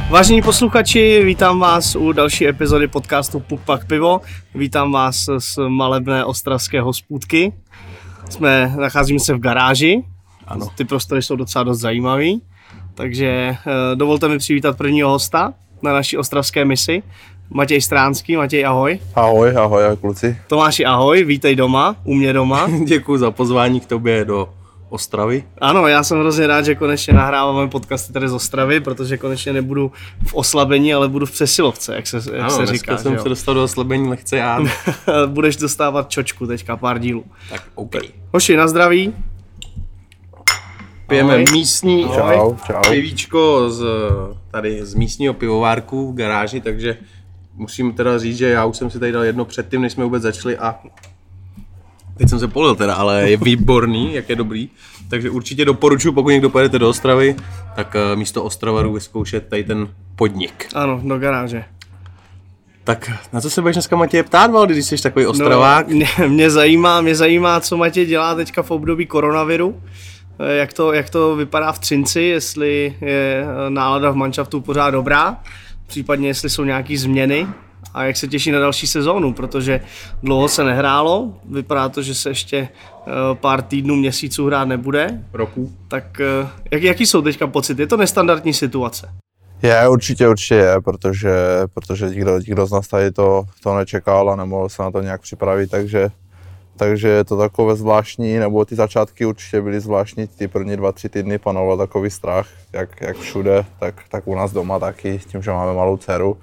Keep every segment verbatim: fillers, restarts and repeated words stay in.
Vážení posluchači, vítám vás u další epizody podcastu Puk Pak Pivo. Vítám vás z malebné ostravské hospůdky. Jsme, nacházíme se v garáži. Ano. Ty prostory jsou docela dost zajímavý. Takže dovolte mi přivítat prvního hosta na naší ostravské misi. Matěj Stránský. Matěj, ahoj. Ahoj, ahoj, ahoj kluci. Tomáši, ahoj, vítej doma, u mě doma. Děkuji za pozvání k tobě do Ostravy. Ano, já jsem hrozně rád, že konečně nahráváme podcasty tady z Ostravy, protože konečně nebudu v oslabení, ale budu v přesilovce, jak se, jak ano, se říká. Ano, jsem se dostal do oslabení lehce já. Budeš dostávat čočku teďka, pár dílů. Tak OK. Hoši, na zdraví. Pijeme ahoj. místní čau, čau. pivíčko z, tady z místního pivovárku v garáži, takže musím teda říct, že já už jsem si tady dal jedno předtím, než jsme vůbec začali a teď jsem se polil teda, ale je výborný, jak je dobrý. Takže určitě doporučuji, pokud někdo pojedete do Ostravy, tak místo Ostravaru vyzkoušet tady ten podnik. Ano, do garáže. Tak na co se budeš dneska, Matěj, ptát, Valdy, když jsi takový Ostravák? No, mě, mě, zajímá, mě zajímá, co Matěj dělá teďka v období koronaviru. Jak to, jak to vypadá v Třinci, jestli je nálada v manšaftu pořád dobrá, případně jestli jsou nějaké změny. A jak se těší na další sezónu, protože dlouho se nehrálo, vypadá to, že se ještě pár týdnů, měsíců hrát nebude. Roku. Tak jak, jaký jsou teďka pocity? Je to nestandardní situace? Je, určitě, určitě je, protože, protože nikdo, nikdo z nás tady to, to nečekal a nemohl se na to nějak připravit, takže, takže je to takové zvláštní, nebo ty začátky určitě byly zvláštní, ty první dva, tři týdny panoval takový strach, jak, jak všude, tak, tak u nás doma taky, tím, že máme malou dceru.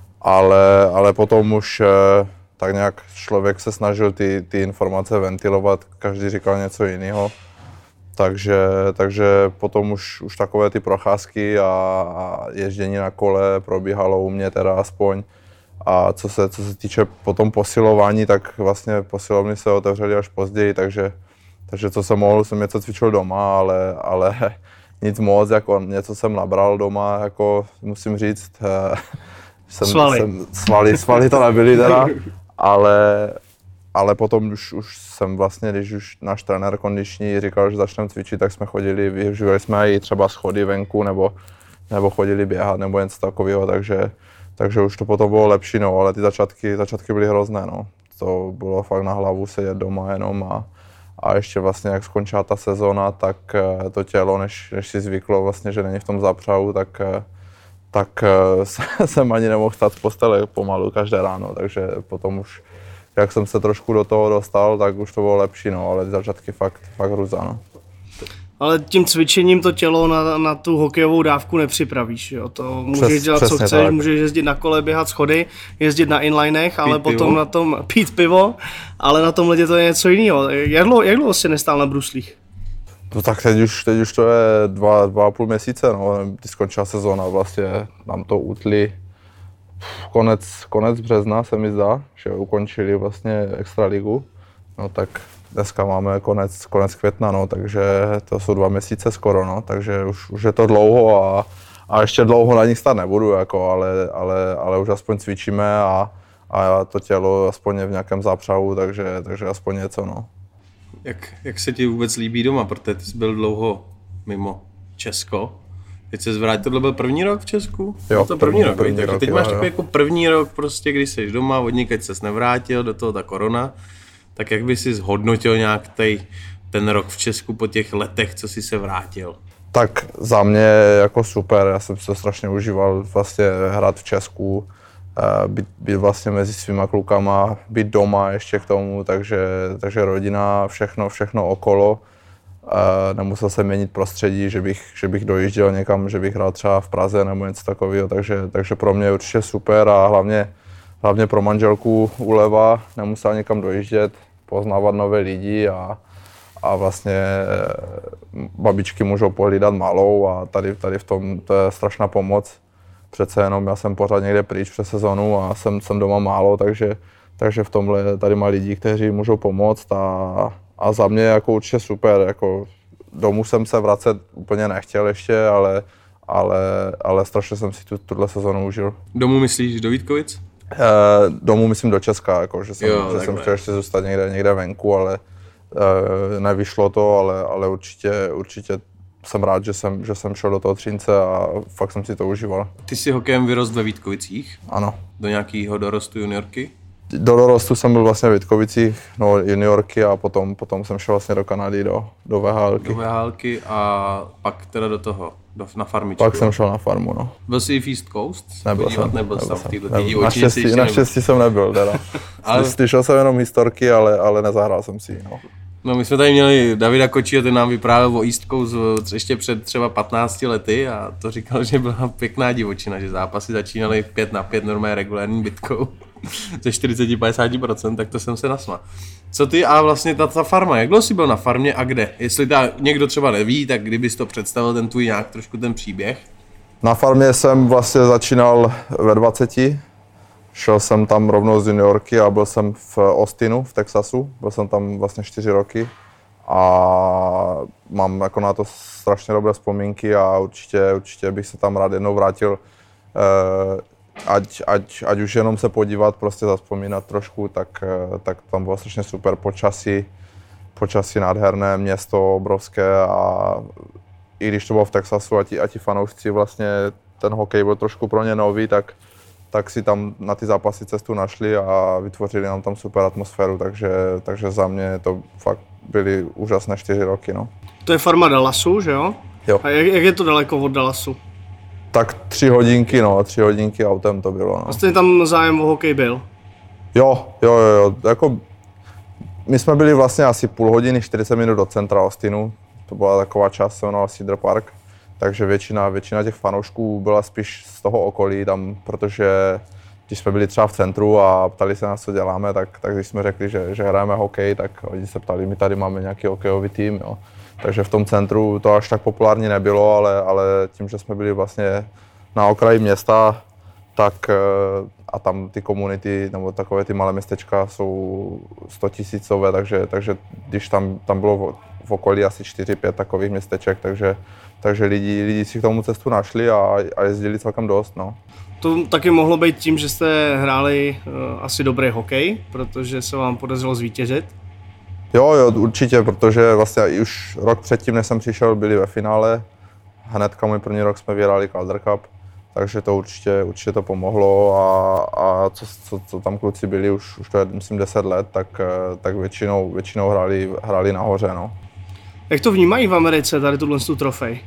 Ale, ale potom už tak nějak člověk se snažil ty, ty informace ventilovat, každý říkal něco jiného. Takže, takže potom už, už takové ty procházky a, a ježdění na kole probíhalo u mě teda aspoň. A co se, co se týče potom posilování, tak vlastně posilovny se otevřely až později, takže, takže co jsem mohl, jsem něco cvičil doma, ale, ale nic moc, jako něco jsem nabral doma, jako musím říct. Jsem, svaly. Jsem, svaly, svaly to nebyly teda, ale, ale potom už, už jsem vlastně, když už náš trenér kondiční říkal, že začneme cvičit, tak jsme chodili, využívali jsme i třeba schody venku, nebo, nebo chodili běhat, nebo něco takového, takže, takže už to potom bylo lepší, no, ale ty začátky, začátky byly hrozné, no. To bylo fakt na hlavu sedět doma jenom a, a ještě vlastně, jak skončila ta sezóna, tak to tělo, než, než si zvyklo vlastně, že není v tom zapřahu, tak tak jsem ani nemohl stát z postele pomalu každé ráno, takže potom už, jak jsem se trošku do toho dostal, tak už to bylo lepší, no, ale ty začátky fakt, fakt hruza, no. Ale tím cvičením to tělo na, na tu hokejovou dávku nepřipravíš, jo? To můžeš Přes, dělat, co chceš, tak. Můžeš jezdit na kole, běhat schody, jezdit na inlinech, ale pít potom pivo. na tom, pít pivo, ale na tom ledě to je něco jiného. Jak dlouho, jak dlouho jsi nestál na bruslích? No tak teď už, teď už to je dva, dva a půl měsíce, no, když skončila sezóna, vlastně nám to utli konec, konec března, se mi zdá, že ukončili vlastně extraligu, no tak dneska máme konec, konec května, no, takže to jsou dva měsíce skoro, no, takže už, už je to dlouho a, a ještě dlouho na nich stát nebudu, jako, ale, ale, ale už aspoň cvičíme a, a to tělo aspoň je v nějakém zápřahu, takže, takže aspoň něco, no. Jak, jak se ti vůbec líbí doma, protože ty jsi byl dlouho mimo Česko. Teď se zvrátil, tohle byl první rok v Česku? Jo, to první, první rok, první takže rok, teď jo, máš jo. takový jako první rok prostě, když jsi doma, od někud ses nevrátil, do toho ta korona. Tak jak by si zhodnotil nějak tej, ten rok v Česku po těch letech, co jsi se vrátil? Tak za mě jako super, já jsem si to strašně užíval vlastně hrát v Česku, být, být vlastně mezi svýma klukama, být doma ještě k tomu, takže, takže rodina, všechno, všechno okolo. Nemusel jsem měnit prostředí, že bych, že bych dojížděl někam, že bych hrál třeba v Praze nebo něco takového, takže, takže pro mě určitě super a hlavně, hlavně pro manželku uleva, nemusel někam dojíždět, poznávat nové lidi a, a vlastně babičky můžou pohlídat malou a tady, tady v tom to je strašná pomoc. Přece jenom já jsem pořád někde pryč přes sezonu a jsem, jsem doma málo, takže, takže v tomhle tady má lidi, kteří můžou pomoct a, a za mě jako určitě super. Jako domů jsem se vracet úplně nechtěl ještě, ale, ale, ale strašně jsem si tu, tuhle sezonu užil. Domů myslíš do Vítkovic? E, domů myslím do Česka, jako, že jsem, jo, že jsem chtěl ještě zůstat někde, někde venku, ale e, nevyšlo to, ale, ale určitě, určitě jsem rád, že jsem, že jsem šel do toho Třince a fakt jsem si to užíval. Ty jsi hokejem vyrost ve Vítkovicích? Ano. Do nějakého dorostu juniorky? Do dorostu jsem byl vlastně v Vítkovicích, no juniorky a potom, potom jsem šel vlastně do Kanady, do, do VHLky. Do VHLky a pak teda do toho, do, na farmičku. Pak jsem šel na farmu, no. Byl jsi v East Coast? Nebyl podívat, jsem. Nebyl, nebyl jsem v této nebyl. Naštěstí, naštěstí jsem nebyl, teda. ale... Slyšel jsem jenom historky, ale, ale nezahrál jsem si ji, no. No my jsme tady měli Davida Kočího, ten nám vyprávěl o East Coast ještě před třeba patnácti lety a to říkal, že byla pěkná divočina, že zápasy začínaly pět na pět normálně regulární bitkou ze čtyřicet až padesát procent, tak to jsem se nasmál. Co ty a vlastně ta, ta farma, jak dlouho jsi byl na farmě a kde? Jestli ta, někdo třeba neví, tak kdybys to představil ten tvůj nějak trošku ten příběh? Na farmě jsem vlastně začínal ve dvaceti. Šel jsem tam rovnou z juniorky a byl jsem v Austinu, v Texasu. Byl jsem tam vlastně čtyři roky a mám jako na to strašně dobré vzpomínky a určitě, určitě bych se tam rád jednou vrátil. Ať, ať, ať už jenom se podívat, prostě zavzpomínat trošku, tak, tak tam bylo strašně super počasí. Počasí nádherné, město obrovské a i když to bylo v Texasu a ti, a ti fanoušci vlastně ten hokej byl trošku pro ně nový, tak tak si tam na ty zápasy cestu našli a vytvořili nám tam super atmosféru, takže, takže za mě to fakt byly úžasné čtyři roky. No. To je farma Dallasu, že jo? Jo. A jak, jak je to daleko od Dallasu? Tak tři hodinky, no, tři hodinky autem to bylo. No. Vlastně tam zájem o hokej byl? Jo, jo, jo, jo. Jako, my jsme byli vlastně asi půl hodiny, čtyřicet minut od centra Austinu, to byla taková část, se jmenovala Cedar Park. Takže většina, většina těch fanoušků byla spíš z toho okolí tam, protože když jsme byli třeba v centru a ptali se nás, co děláme, tak, tak když jsme řekli, že, že hrajeme hokej, tak oni se ptali, my tady máme nějaký hokejový tým. Jo. Takže v tom centru to až tak populární nebylo, ale, ale tím, že jsme byli vlastně na okraji města, tak a tam ty komunity nebo takové ty malé městečka jsou stotisícové, takže, takže když tam, tam bylo v okolí asi čtyři pět takových městeček, takže Takže lidi, lidi si k tomu cestu našli a, a jezdili celkem dost. No. To taky mohlo být tím, že jste hráli uh, asi dobrý hokej, protože se vám podařilo zvítězit? Jo, jo, určitě, protože vlastně už rok předtím, než jsem přišel, byli ve finále. Hnedka můj první rok jsme vyhráli Calder Cup, takže to určitě, určitě to pomohlo a, a co, co, co tam kluci byli, už, už to je myslím deset let, tak, tak většinou, většinou hráli, hráli nahoře. No. Jak to vnímají v Americe, tady tuhle tu trofej?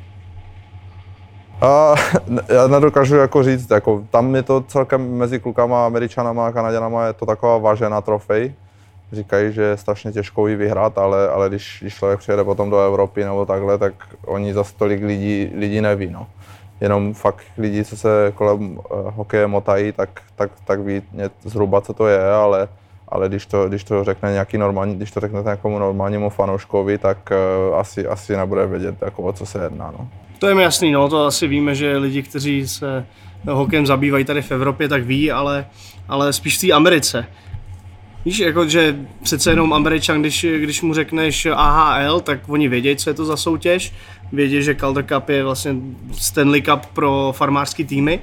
A, já nedokážu jako říct, jako, tam je to celkem mezi klukama, Američanama a Kanaďanama je to taková vážená trofej. Říkají, že je strašně těžko ji vyhrát, ale, ale když, když člověk přijede potom do Evropy nebo takhle, tak oni zase tolik lidí, lidí neví. No. Jenom fakt lidi, co se kolem hokeje motají, tak, tak, tak ví zhruba, co to je, ale Ale když to, když to řekne nějaký normální, když to řeknete nějakému normálnímu fanouškovi, tak uh, asi, asi nebude vědět, jako, o co se jedná. No. To je mi jasný, no, to asi víme, že lidi, kteří se hokejem zabývají tady v Evropě, tak ví, ale, ale spíš v té Americe. Víš, jako, že přece jenom Američan, když, když mu řekneš A H L, tak oni vědí, co je to za soutěž, vědí, že Calder Cup je vlastně Stanley Cup pro farmářský týmy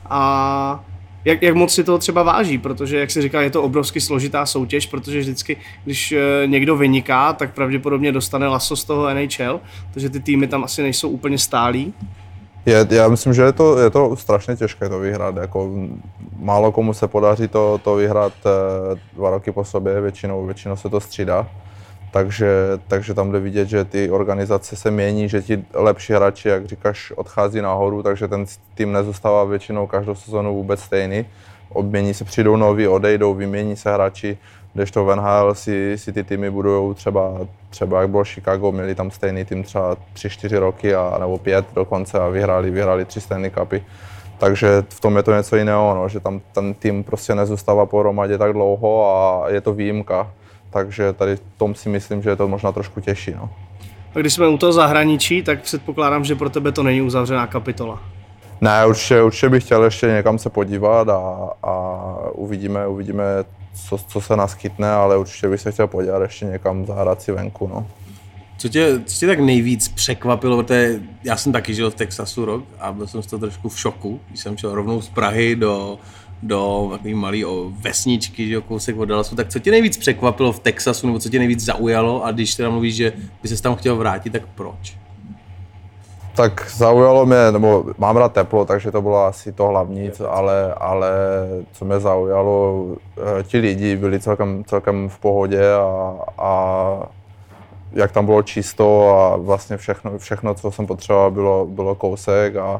a Jak, jak moc si toho třeba váží, protože, jak si říká, je to obrovsky složitá soutěž, protože vždycky, když někdo vyniká, tak pravděpodobně dostane laso z toho N H L, takže ty týmy tam asi nejsou úplně stálí. Je, já myslím, že je to, je to strašně těžké to vyhrát, jako málo komu se podaří to, to vyhrát dva roky po sobě, většinou, většinou se to střídá. Takže, takže tam jde vidět, že ty organizace se mění, že ti lepší hráči, jak říkáš, odchází nahoru, takže ten tým nezůstává většinou každou sezonu vůbec stejný. Obmění se, přijdou noví, odejdou, vymění se hráči, kdežto v N H L si, si ty týmy budujou třeba, třeba jak bylo Chicago, měli tam stejný tým třeba tři čtyři roky a, nebo pět dokonce a vyhráli, vyhráli tři Stanley Cupy. Takže v tom je to něco jiného, no, že tam ten tým prostě nezůstává pohromadě tak dlouho a je to výjimka. Takže tady v tom si myslím, že je to možná trošku těžší. No. A když jsme u toho zahraničí, tak předpokládám, že pro tebe to není uzavřená kapitola. Ne, určitě, určitě bych chtěl ještě někam se podívat a, a uvidíme, uvidíme co, co se naskytne, ale určitě bych se chtěl podívat ještě někam zahrát si venku. No. Co tě, co tě tak nejvíc překvapilo, protože já jsem taky žil v Texasu rok a byl jsem z toho trošku v šoku, když jsem šel rovnou z Prahy do do takový malý o vesničky, že kousek od Dallasu, tak co tě nejvíc překvapilo v Texasu, nebo co tě nejvíc zaujalo a když teda mluvíš, že by ses tam chtěl vrátit, tak proč? Tak zaujalo mě, nebo mám rád teplo, takže to bylo asi to hlavní, ale, ale co mě zaujalo, ti lidi byli celkem, celkem v pohodě a, a jak tam bylo čisto a vlastně všechno, všechno co jsem potřeboval, bylo, bylo kousek a,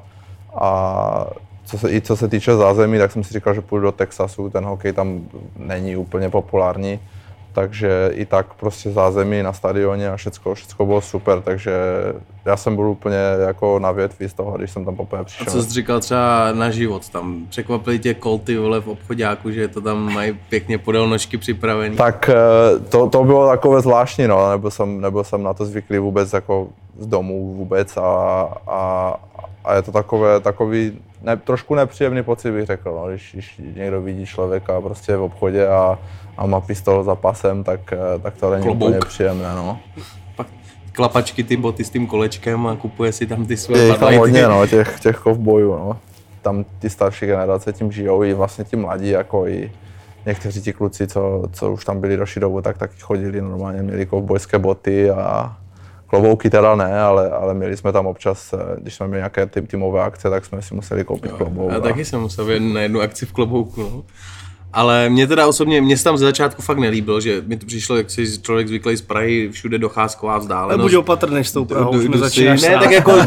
a co se, i co se týče zázemí, tak jsem si říkal, že půjdu do Texasu, ten hokej tam není úplně populární. Takže i tak prostě zázemí na stadioně a všecko, všecko bylo super, takže já jsem byl úplně jako na větví z toho, když jsem tam poprvé přišel. A co jsi říkal třeba na život tam? Překvapili tě Colty vole v obchodáku, že to tam mají pěkně podél nožky připravený? Tak to, to bylo takové zvláštní, no, nebyl jsem, nebyl jsem na to zvyklý vůbec jako z domu vůbec a, a, a je to takové, takový ne, trošku nepříjemný pocit bych řekl, no, když, když někdo vidí člověka prostě v obchodě a a má pistol za pasem, tak, tak to není Klobouk. úplně příjemné, no. Pak klapačky, ty boty s tím kolečkem a kupuje si tam ty své Je jich tam hodně, no, těch, těch kovbojů, no. Tam ty starší generace tím žijou, i vlastně ti mladí, jako i někteří ti kluci, co, co už tam byli další dobu, tak taky chodili normálně, měli kovbojské boty a klobouky teda ne, ale, ale měli jsme tam občas, když jsme měli nějaké týmové akce, tak jsme si museli koupit klobouk. Já taky jsem musel být na jednu akci v klobouku, no. Ale mě teda osobně, mě se tam ze začátku fakt nelíbil, že mi to přišlo, jak si člověk zvyklý z Prahy, všude docházková vzdálenost. Buď opatrný s tou Prahou, už mi začínáš Ne, tak jako,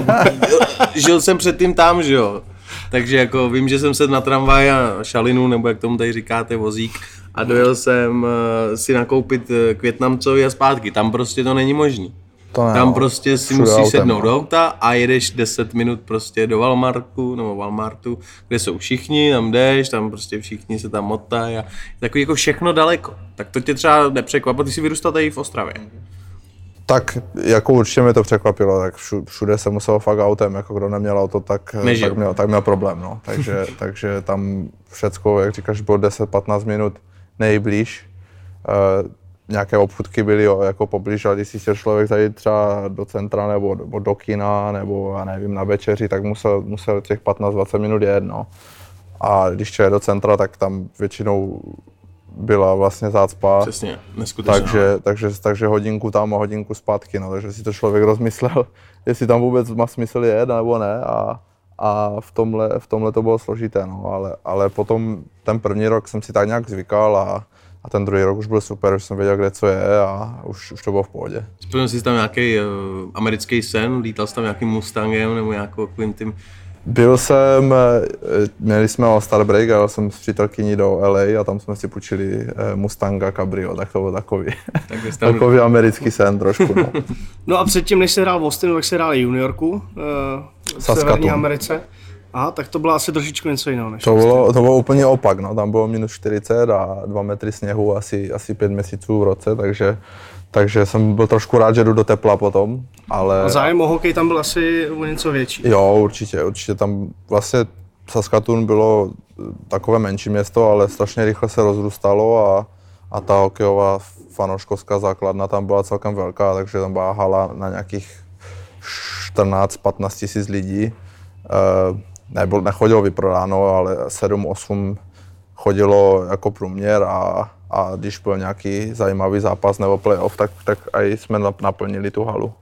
žil jsem předtím tam, že jo. Takže jako vím, že jsem sedl na tramvaj a šalinu, nebo jak tomu tady říkáte, vozík, a dojel jsem si nakoupit k Vietnamcovi a zpátky. Tam prostě to není možný. To ne, tam no. prostě si Všude musíš autem, sednout no. do auta a jedeš deset minut prostě do Walmartu, nebo Walmartu, kde jsou všichni, tam jdeš, tam prostě všichni se tam motají a takový jako všechno daleko. Tak to tě třeba nepřekvapilo, ty jsi vyrůstal tady v Ostravě. Tak jako určitě mě to překvapilo, tak všude se muselo fakt autem, jako kdo neměl auto, tak, tak, měl, tak měl problém, no. Takže, takže tam všecko, jak říkáš, bylo deset patnáct minut nejblíž. Uh, nějaké obchůdky byly jo, jako poblíž, ale když si chtěl člověk zajít třeba do centra nebo, nebo do kina, nebo já nevím, na večeři, tak musel, musel těch patnáct dvacet minut jet, no. A když chtěl do centra, tak tam většinou byla vlastně zácpa. Přesně, neskutečná. Takže, takže, takže hodinku tam a hodinku zpátky, no, takže si to člověk rozmyslel, jestli tam vůbec má smysl jet nebo ne a, a v, tomhle, v tomhle to bylo složité, no, ale, ale potom ten první rok jsem si tak nějak zvykal a A ten druhý rok už byl super, už jsem věděl, kde co je a už, už to bylo v pohodě. Splnil jsi tam nějaký uh, americký sen? Lítal jsi tam nějakým Mustangem nebo nějakou takovým tím? Byl jsem, měli jsme All-Star Break a jel jsem s přítelkyní do L A a tam jsme si půjčili Mustanga Cabrio, tak to byl takový, tak tam... takový americký sen trošku. No. No a předtím, než jsi hrál v Austinu, tak jsi hrál i juniorku uh, v Severní Americe. Aha, tak to bylo asi trošičku něco jiného než to bylo, to bylo úplně opak, no. Tam bylo minus čtyřicet a dva metry sněhu asi, asi pět měsíců v roce, takže, takže jsem byl trošku rád, že jdu do tepla potom, ale... A zájem o hokej tam byl asi o něco větší. Jo, určitě, určitě tam vlastně Saskatoon bylo takové menší město, ale strašně rychle se rozrůstalo a, a ta hokejová fanouškovská základna tam byla celkem velká, takže tam byla hala na nějakých čtrnáct patnáct tisíc lidí. Nebyl, nechodilo vyprodáno, ale sedm osm chodilo jako průměr a, a když byl nějaký zajímavý zápas nebo playoff, tak, tak i jsme naplnili tu halu.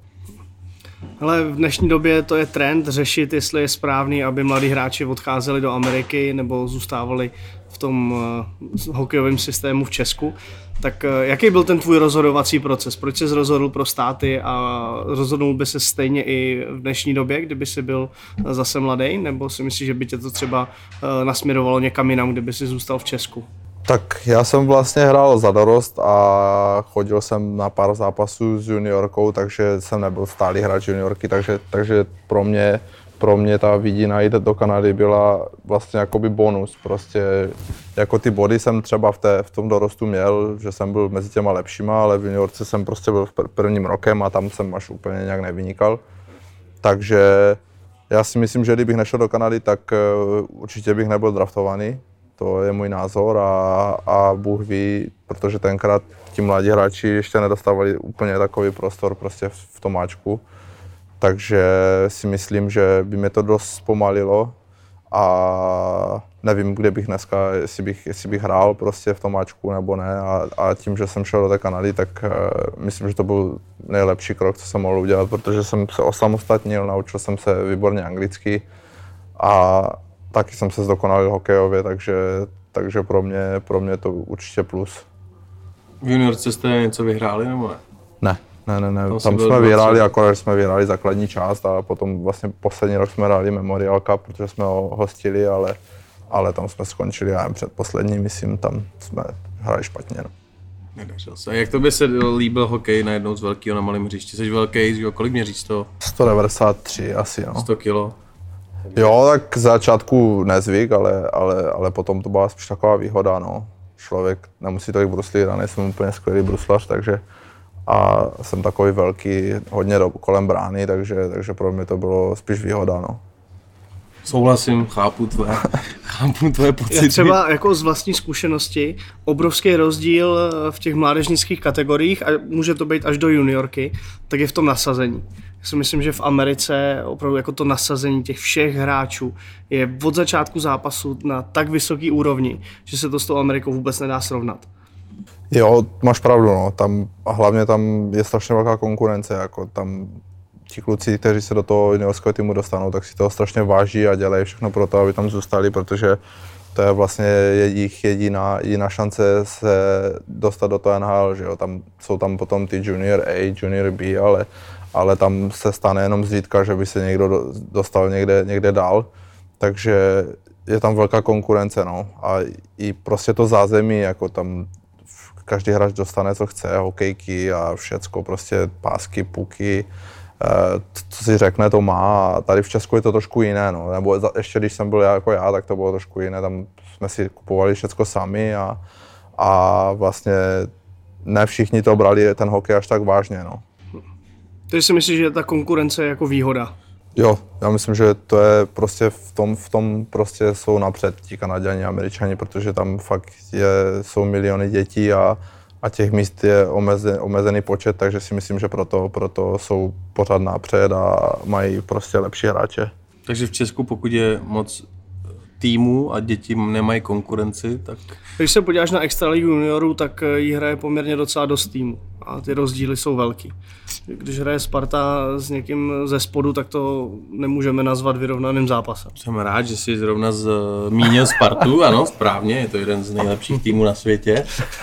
Ale v dnešní době to je trend řešit, jestli je správný, aby mladí hráči odcházeli do Ameriky nebo zůstávali v tom uh, hokejovém systému v Česku. Tak uh, jaký byl ten tvůj rozhodovací proces? Proč jsi rozhodl pro státy a rozhodnul by se stejně i v dnešní době, kdyby jsi byl zase mladý? Nebo si myslíš, že by tě to třeba uh, nasměrovalo někam jinam, kdyby jsi zůstal v Česku? Tak já jsem vlastně hrál za dorost a chodil jsem na pár zápasů s juniorkou, takže jsem nebyl stálý hráč juniorky, takže, takže pro mě, pro mě ta vidina jít do Kanady byla vlastně jakoby bonus. Prostě jako ty body jsem třeba v, té, v tom dorostu měl, že jsem byl mezi těma lepšíma, ale v juniorce jsem prostě byl v prvním rokem a tam jsem až úplně nějak nevynikal. Takže já si myslím, že kdybych nešel do Kanady, tak určitě bych nebyl draftovaný. To je můj názor a, a Bůh ví, protože tenkrát ti mladí hráči ještě nedostávali úplně takový prostor prostě v, v tom áčku. Takže si myslím, že by mě to dost zpomalilo a nevím, kde bych dneska, jestli bych, jestli bych hrál prostě v tom Ačku nebo ne a, a tím, že jsem šel do té Kanady, tak uh, myslím, že to byl nejlepší krok, co jsem mohl udělat, protože jsem se osamostatnil, naučil jsem se výborně anglicky a taky jsem se zdokonalil hokejově, takže, takže pro mě, pro mě to určitě plus. V juniorce jste něco vyhráli nebo ne? Ne. Ne, ne, ne, tam, tam jsme vyhráli, akorát jsme vyhráli základní část a potom vlastně poslední rok jsme hráli Memorial Cup, protože jsme ho hostili, ale, ale tam jsme skončili, já jen předposlední, myslím, tam jsme hráli špatně. No. Nedařil se. A jak to by se líbil hokej najednou z velkého na malém hřišti? Jsi velký, kolik měříš to? sto devadesát tři asi, no. sto kilo. Jo, tak z začátku nezvyk, ale, ale, ale potom to byla spíš taková výhoda, no. Člověk nemusí tolik bruslit, já nejsem úplně skvělý bruslař, takže a jsem takový velký, hodně do, kolem brány, takže, takže pro mě to bylo spíš výhoda, no. Souhlasím, chápu tvoje, chápu tvoje pocity. Já třeba jako z vlastní zkušenosti obrovský rozdíl v těch mládežnických kategoriích, a může to být až do juniorky, tak je v tom nasazení. Já si myslím, že v Americe opravdu jako to nasazení těch všech hráčů je od začátku zápasu na tak vysoký úrovni, že se to s tou Amerikou vůbec nedá srovnat. Jo, máš pravdu, no. Tam, a hlavně tam je strašně velká konkurence, jako tam ti kluci, kteří se do toho juniorského týmu dostanou, tak si toho strašně váží a dělají všechno pro to, aby tam zůstali, protože to je vlastně jejich jediná, jediná šance se dostat do toho N H L, že jo. Tam jsou tam potom ty junior A, junior B, ale, ale tam se stane jenom zřídka, že by se někdo dostal někde, někde dál, takže je tam velká konkurence, no. A i prostě to zázemí, jako tam každý hráč dostane, co chce, hokejky a všecko, prostě pásky, puky, co si řekne, to má. A tady v Česku je to trošku jiné, no. Nebo ještě když jsem byl já jako já, tak to bylo trošku jiné, tam jsme si kupovali všecko sami a, a vlastně ne všichni to brali ten hokej až tak vážně, no. Takže si myslíš, že ta konkurence je jako výhoda? Jo, já myslím, že to je prostě v tom, v tom prostě jsou napřed ti Kanaďani a Američani, protože tam fakt je, jsou miliony dětí a, a těch míst je omezen, omezený počet, takže si myslím, že proto, proto jsou pořád napřed a mají prostě lepší hráče. Takže v Česku, pokud je moc týmů a děti nemají konkurenci, tak... Když se podíváš na Extraligu juniorů, tak jí hraje poměrně docela dost týmů a ty rozdíly jsou velký. Když hraje Sparta s někým ze spodu, tak to nemůžeme nazvat vyrovnaným zápasem. Jsem rád, že jsi zrovna zmínil Spartu, ano, správně, je to jeden z nejlepších týmů na světě.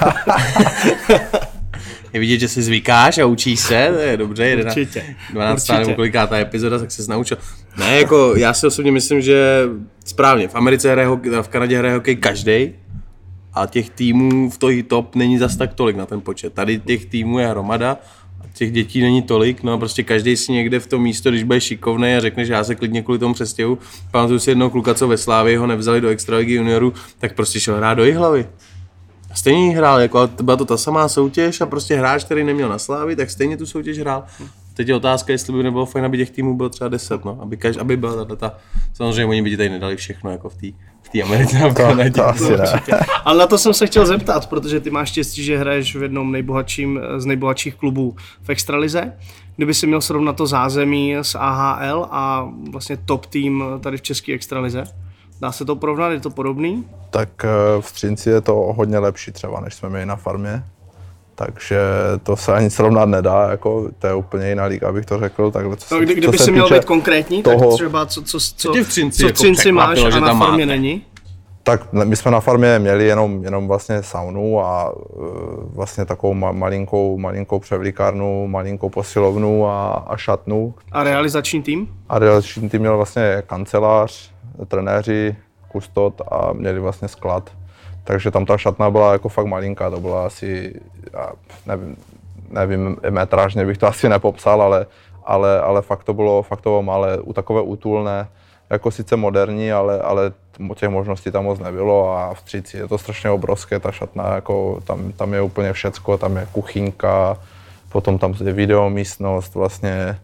Je vidět, že si zvykáš a učíš se, to je dobře, Určitě. dvanáctá nebo kolikátá epizoda, tak se naučil. Ne, jako já si osobně myslím, že správně, v Americe hraje hokej, v Kanadě hraje hokej každej a těch týmů v toho top není zas tak tolik na ten počet. Tady těch týmů je hromada a těch dětí není tolik, no a prostě každý si někde v tom místo, když bude šikovnej a řekne, že já se klidně kvůli tomu přestěhu. Pamatuju si jednoho kluka, co ve Slávii ho nevzali do Extraligy juniorů, tak prostě šel hrát do Jihlavy. A stejně hrál, jako byla to ta samá soutěž a prostě hráč, který neměl na Slávii, tak stejně tu soutěž hrál. Teď je otázka, jestli by nebylo fajn, aby těch týmů bylo třeba deset, no, aby, každý, aby byla tato, ta, samozřejmě oni by ti tady nedali všechno, jako v té v té Americe a v Kanadě. Ale na to jsem se chtěl zeptat, protože ty máš štěstí, že hraješ v jednom nejbohatším, z nejbohatších klubů v Extralize. Kdyby si měl srovnat to zázemí s A H L a vlastně top tým tady v české Extralize, dá se to porovnat, je to podobný? Tak v Třinci je to hodně lepší třeba, než jsme měli na farmě. Takže to se ani srovnat nedá, jako, to je úplně jiná liga, abych to řekl. Takhle, co no, kdy, co kdyby si měl být konkrétní, toho, tak třeba co, co, co, co v Třinci, co v jako Třinci máš a na farmě máte. není? Tak my jsme na farmě měli jenom, jenom vlastně saunu a uh, vlastně takovou ma- malinkou, malinkou převlíkárnu, malinkou posilovnu a, a šatnu. A realizační tým? A realizační tým měl vlastně kancelář, trenéři, kustot a měli vlastně sklad. Takže tam ta šatna byla jako fakt malinká, to byla asi, já nevím, nevím, metrážně bych to asi nepopsal, ale, ale, ale fakt to bylo, fakt to bylo malé, u takové útulné, jako sice moderní, ale, ale těch možností tam moc nebylo a v Třinci je to strašně obrovské, ta šatna, jako tam, tam je úplně všecko, tam je kuchyňka, potom tam je videomístnost, vlastně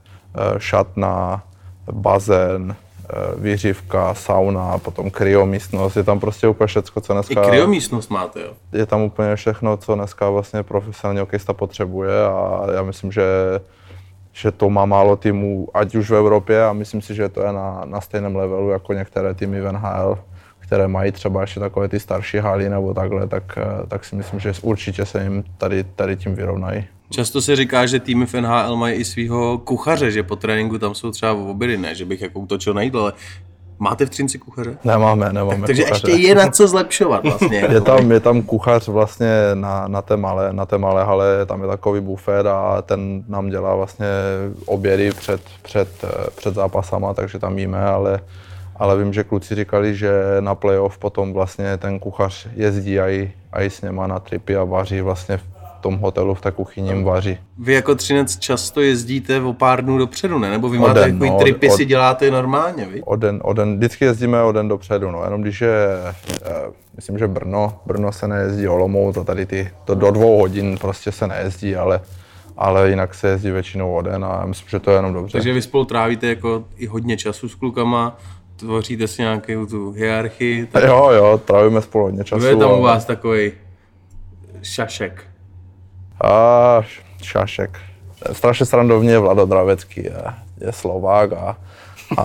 šatna, bazén, výřivka, sauna, potom kryomístnost, je tam prostě úplně všecko, co dneska... I kryomístnost máte, jo? Je tam úplně všechno, co dneska vlastně profesionální hokejista potřebuje a já myslím, že že to má málo týmů, ať už v Evropě, a myslím si, že to je na, na stejném levelu jako některé týmy v N H L, které mají třeba ještě takové ty starší haly nebo takhle, tak, tak si myslím, že určitě se jim tady, tady tím vyrovnají. Často se říká, že týmy v N H L mají i svého kuchaře, že po tréninku tam jsou třeba obědy, ne, že bych jako útočil na jídlo, ale máte v Třinci kuchaře? Nemáme, nemáme tak, takže kuchaře. ještě je na co zlepšovat vlastně. Je tam, je tam kuchař vlastně na, na, té malé, na té malé hale, tam je takový bufet a ten nám dělá vlastně obědy před, před, před zápasama, takže tam jíme, ale, ale vím, že kluci říkali, že na playoff potom vlastně ten kuchař jezdí a i, a i s něma na tripy a vaří vlastně v tom hotelu, v té kuchyni vaří. Vy jako Třinec často jezdíte o pár dnů dopředu, ne? Nebo vy máte den, takový no, tripy, od, si děláte normálně, vy? O den, o den, vždycky jezdíme o den dopředu, no, jenom když je, eh, myslím, že Brno, Brno se nejezdí, Olomouc a tady ty, to do dvou hodin prostě se nejezdí, ale, ale jinak se jezdí většinou o den a myslím, že to je jenom dobře. Takže vy spolu trávíte jako i hodně času s klukama, tvoříte si nějakou tu hierarchii. Tak... Jo, jo, trávíme spolu hodně času. Kdo je tam u vás takový šašek? A šašek. Strašně srandovní je Vlado Dravecký, je, je Slovák a, a,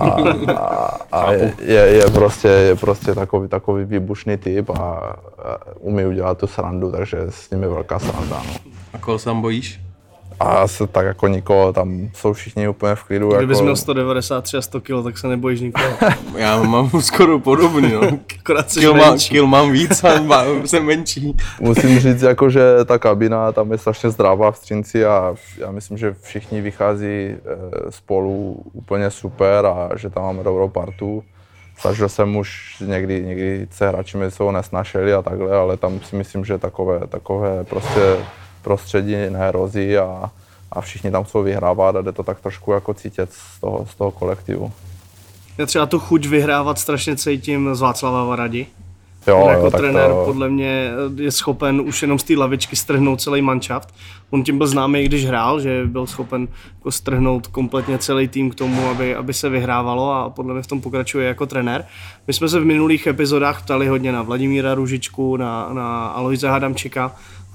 a, a je, je, je, prostě, je prostě takový, takový výbušný typ a, a umí udělat tu srandu, takže s ním je velká sranda. No. A koho sám bojíš? A se tak jako nikoho, tam jsou všichni úplně v klidu. Kdybys jako... měl sto devadesát tři a sto kilo, tak se nebojíš nikoho. Já mám skoro podobný, no. Akorát jsi Kil, má, menší. kil mám víc a má, jsem menší. Musím říct, jako, že ta kabina tam je strašně zdravá v Třinci a já myslím, že všichni vychází spolu úplně super a že tam máme dobrou partu. Zažil jsem už někdy, někdy se hráči mezi sebou nesnašeli a takhle, ale tam si myslím, že takové, takové prostě prostředí nehrozí a, a všichni tam chcou vyhrávat a jde to tak trošku jako cítit z toho, z toho kolektivu. Já třeba tu chuť vyhrávat strašně cítím z Václava Varadi. Jo, On jako jo, tak trenér to... podle mě je schopen už jenom z té lavičky strhnout celý manšaft. On tím byl známý, když hrál, že byl schopen jako strhnout kompletně celý tým k tomu, aby, aby se vyhrávalo a podle mě v tom pokračuje jako trenér. My jsme se v minulých epizodách ptali hodně na Vladimíra Růžičku, na, na Alojze Hadamčika.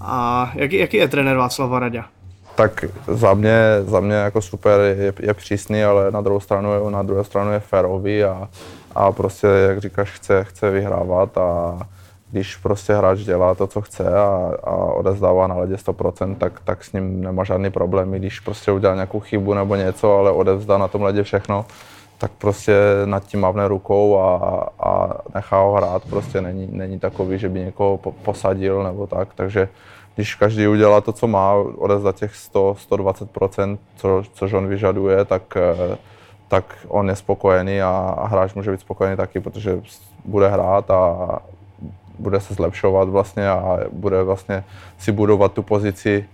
A jaký, jaký je trenér Václav Varada? Tak za mě, za mě jako super, je, je přísný, ale na druhou stranu, na druhou stranu je férový a, a prostě, jak říkáš, chce, chce vyhrávat a když prostě hráč dělá to, co chce a, a odezdává na ledě sto procent, tak, tak s ním nemá žádný problém. Když prostě udělá nějakou chybu nebo něco, ale odevzdá na tom ledě všechno, tak prostě nad tím mávne rukou a, a nechá ho hrát. Prostě není, není takový, že by někoho posadil nebo tak, takže když každý udělá to, co má, odevzdá těch sto až sto dvacet procent, co, což on vyžaduje, tak, tak on je spokojený a, a hráč může být spokojený taky, protože bude hrát a bude se zlepšovat vlastně a bude vlastně si budovat tu pozici,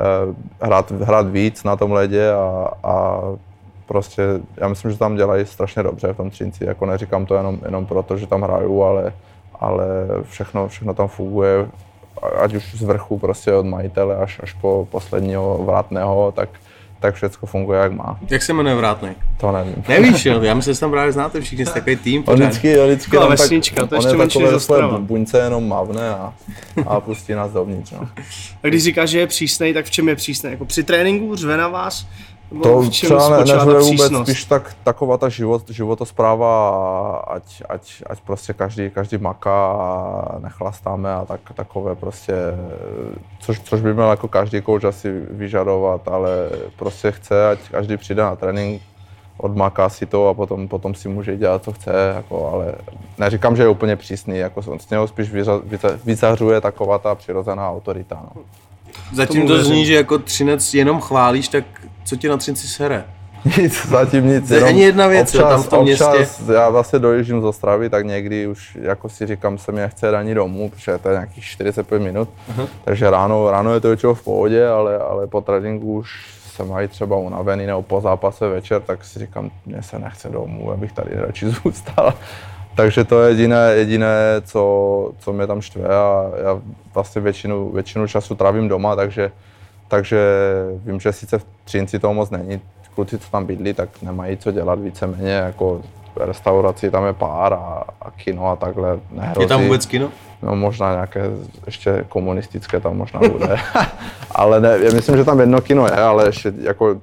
hrát, hrát víc na tom ledě a, a prostě já myslím, že tam dělají strašně dobře v tom Třinci, jako neříkám to jenom, jenom proto, že tam hraju, ale, ale všechno, všechno tam funguje, ať už z vrchu prostě od majitele až, až po posledního vrátného, tak, tak všechno funguje jak má. Jak se jmenuje vrátnej? To nevím. Nevíš, jo? Já myslím, že tam právě znáte všichni, jste takový tým. On vždycky, on vždycky Taková tak, vesnička, to on ještě je menší takové než svoje Ostrava. buňce jenom mavne a, a pustí nás dovnitř. No. A když říkáš, že je přísnej, tak v čem je přísnej? Jako při tréninku řve na vás? Nebo To v čem třeba ne, spočívá ta neřve vůbec, přísnost? spíš tak, taková ta život, životospráva, ať, ať, ať prostě každý, každý maká a nechlastáme a tak, takové prostě, což, což by měl jako každý kouč asi vyžadovat, ale prostě chce, ať každý přijde na trénink, odmaká si to a potom, potom si může dělat, co chce, jako, ale neříkám, že je úplně přísný, jako z něho spíš vyzařuje taková ta přirozená autorita. No. Zatím to zní, že jako Třinec jenom chválíš, tak co ti na Třinci sere? Nic, zatím nic. To je ani jedna věc, občas, tam v tom občas, městě. Já vlastně dojíždím z Ostravy, tak někdy už jako si říkám, se mi nechce ani domů, protože to je nějakých čtyřicet pět minut, uh-huh. takže ráno, ráno je to většinou v pohodě, ale, ale po tréninku už se mají třeba unavený nebo po zápase večer, tak si říkám, mně se nechce domů, abych tady radši zůstal. Takže to je jediné, jediné co, co mě tam štve a já vlastně většinu, většinu času trávím doma, takže, takže vím, že sice v Třinci toho moc není, kluci, co tam bydlí, tak nemají co dělat víceméně, jako restaurací tam je pár a, a kino a takhle nehrozí. Je tam vůbec kino? No možná nějaké ještě komunistické tam možná bude, ale ne, já myslím, že tam jedno kino je, ale ještě jako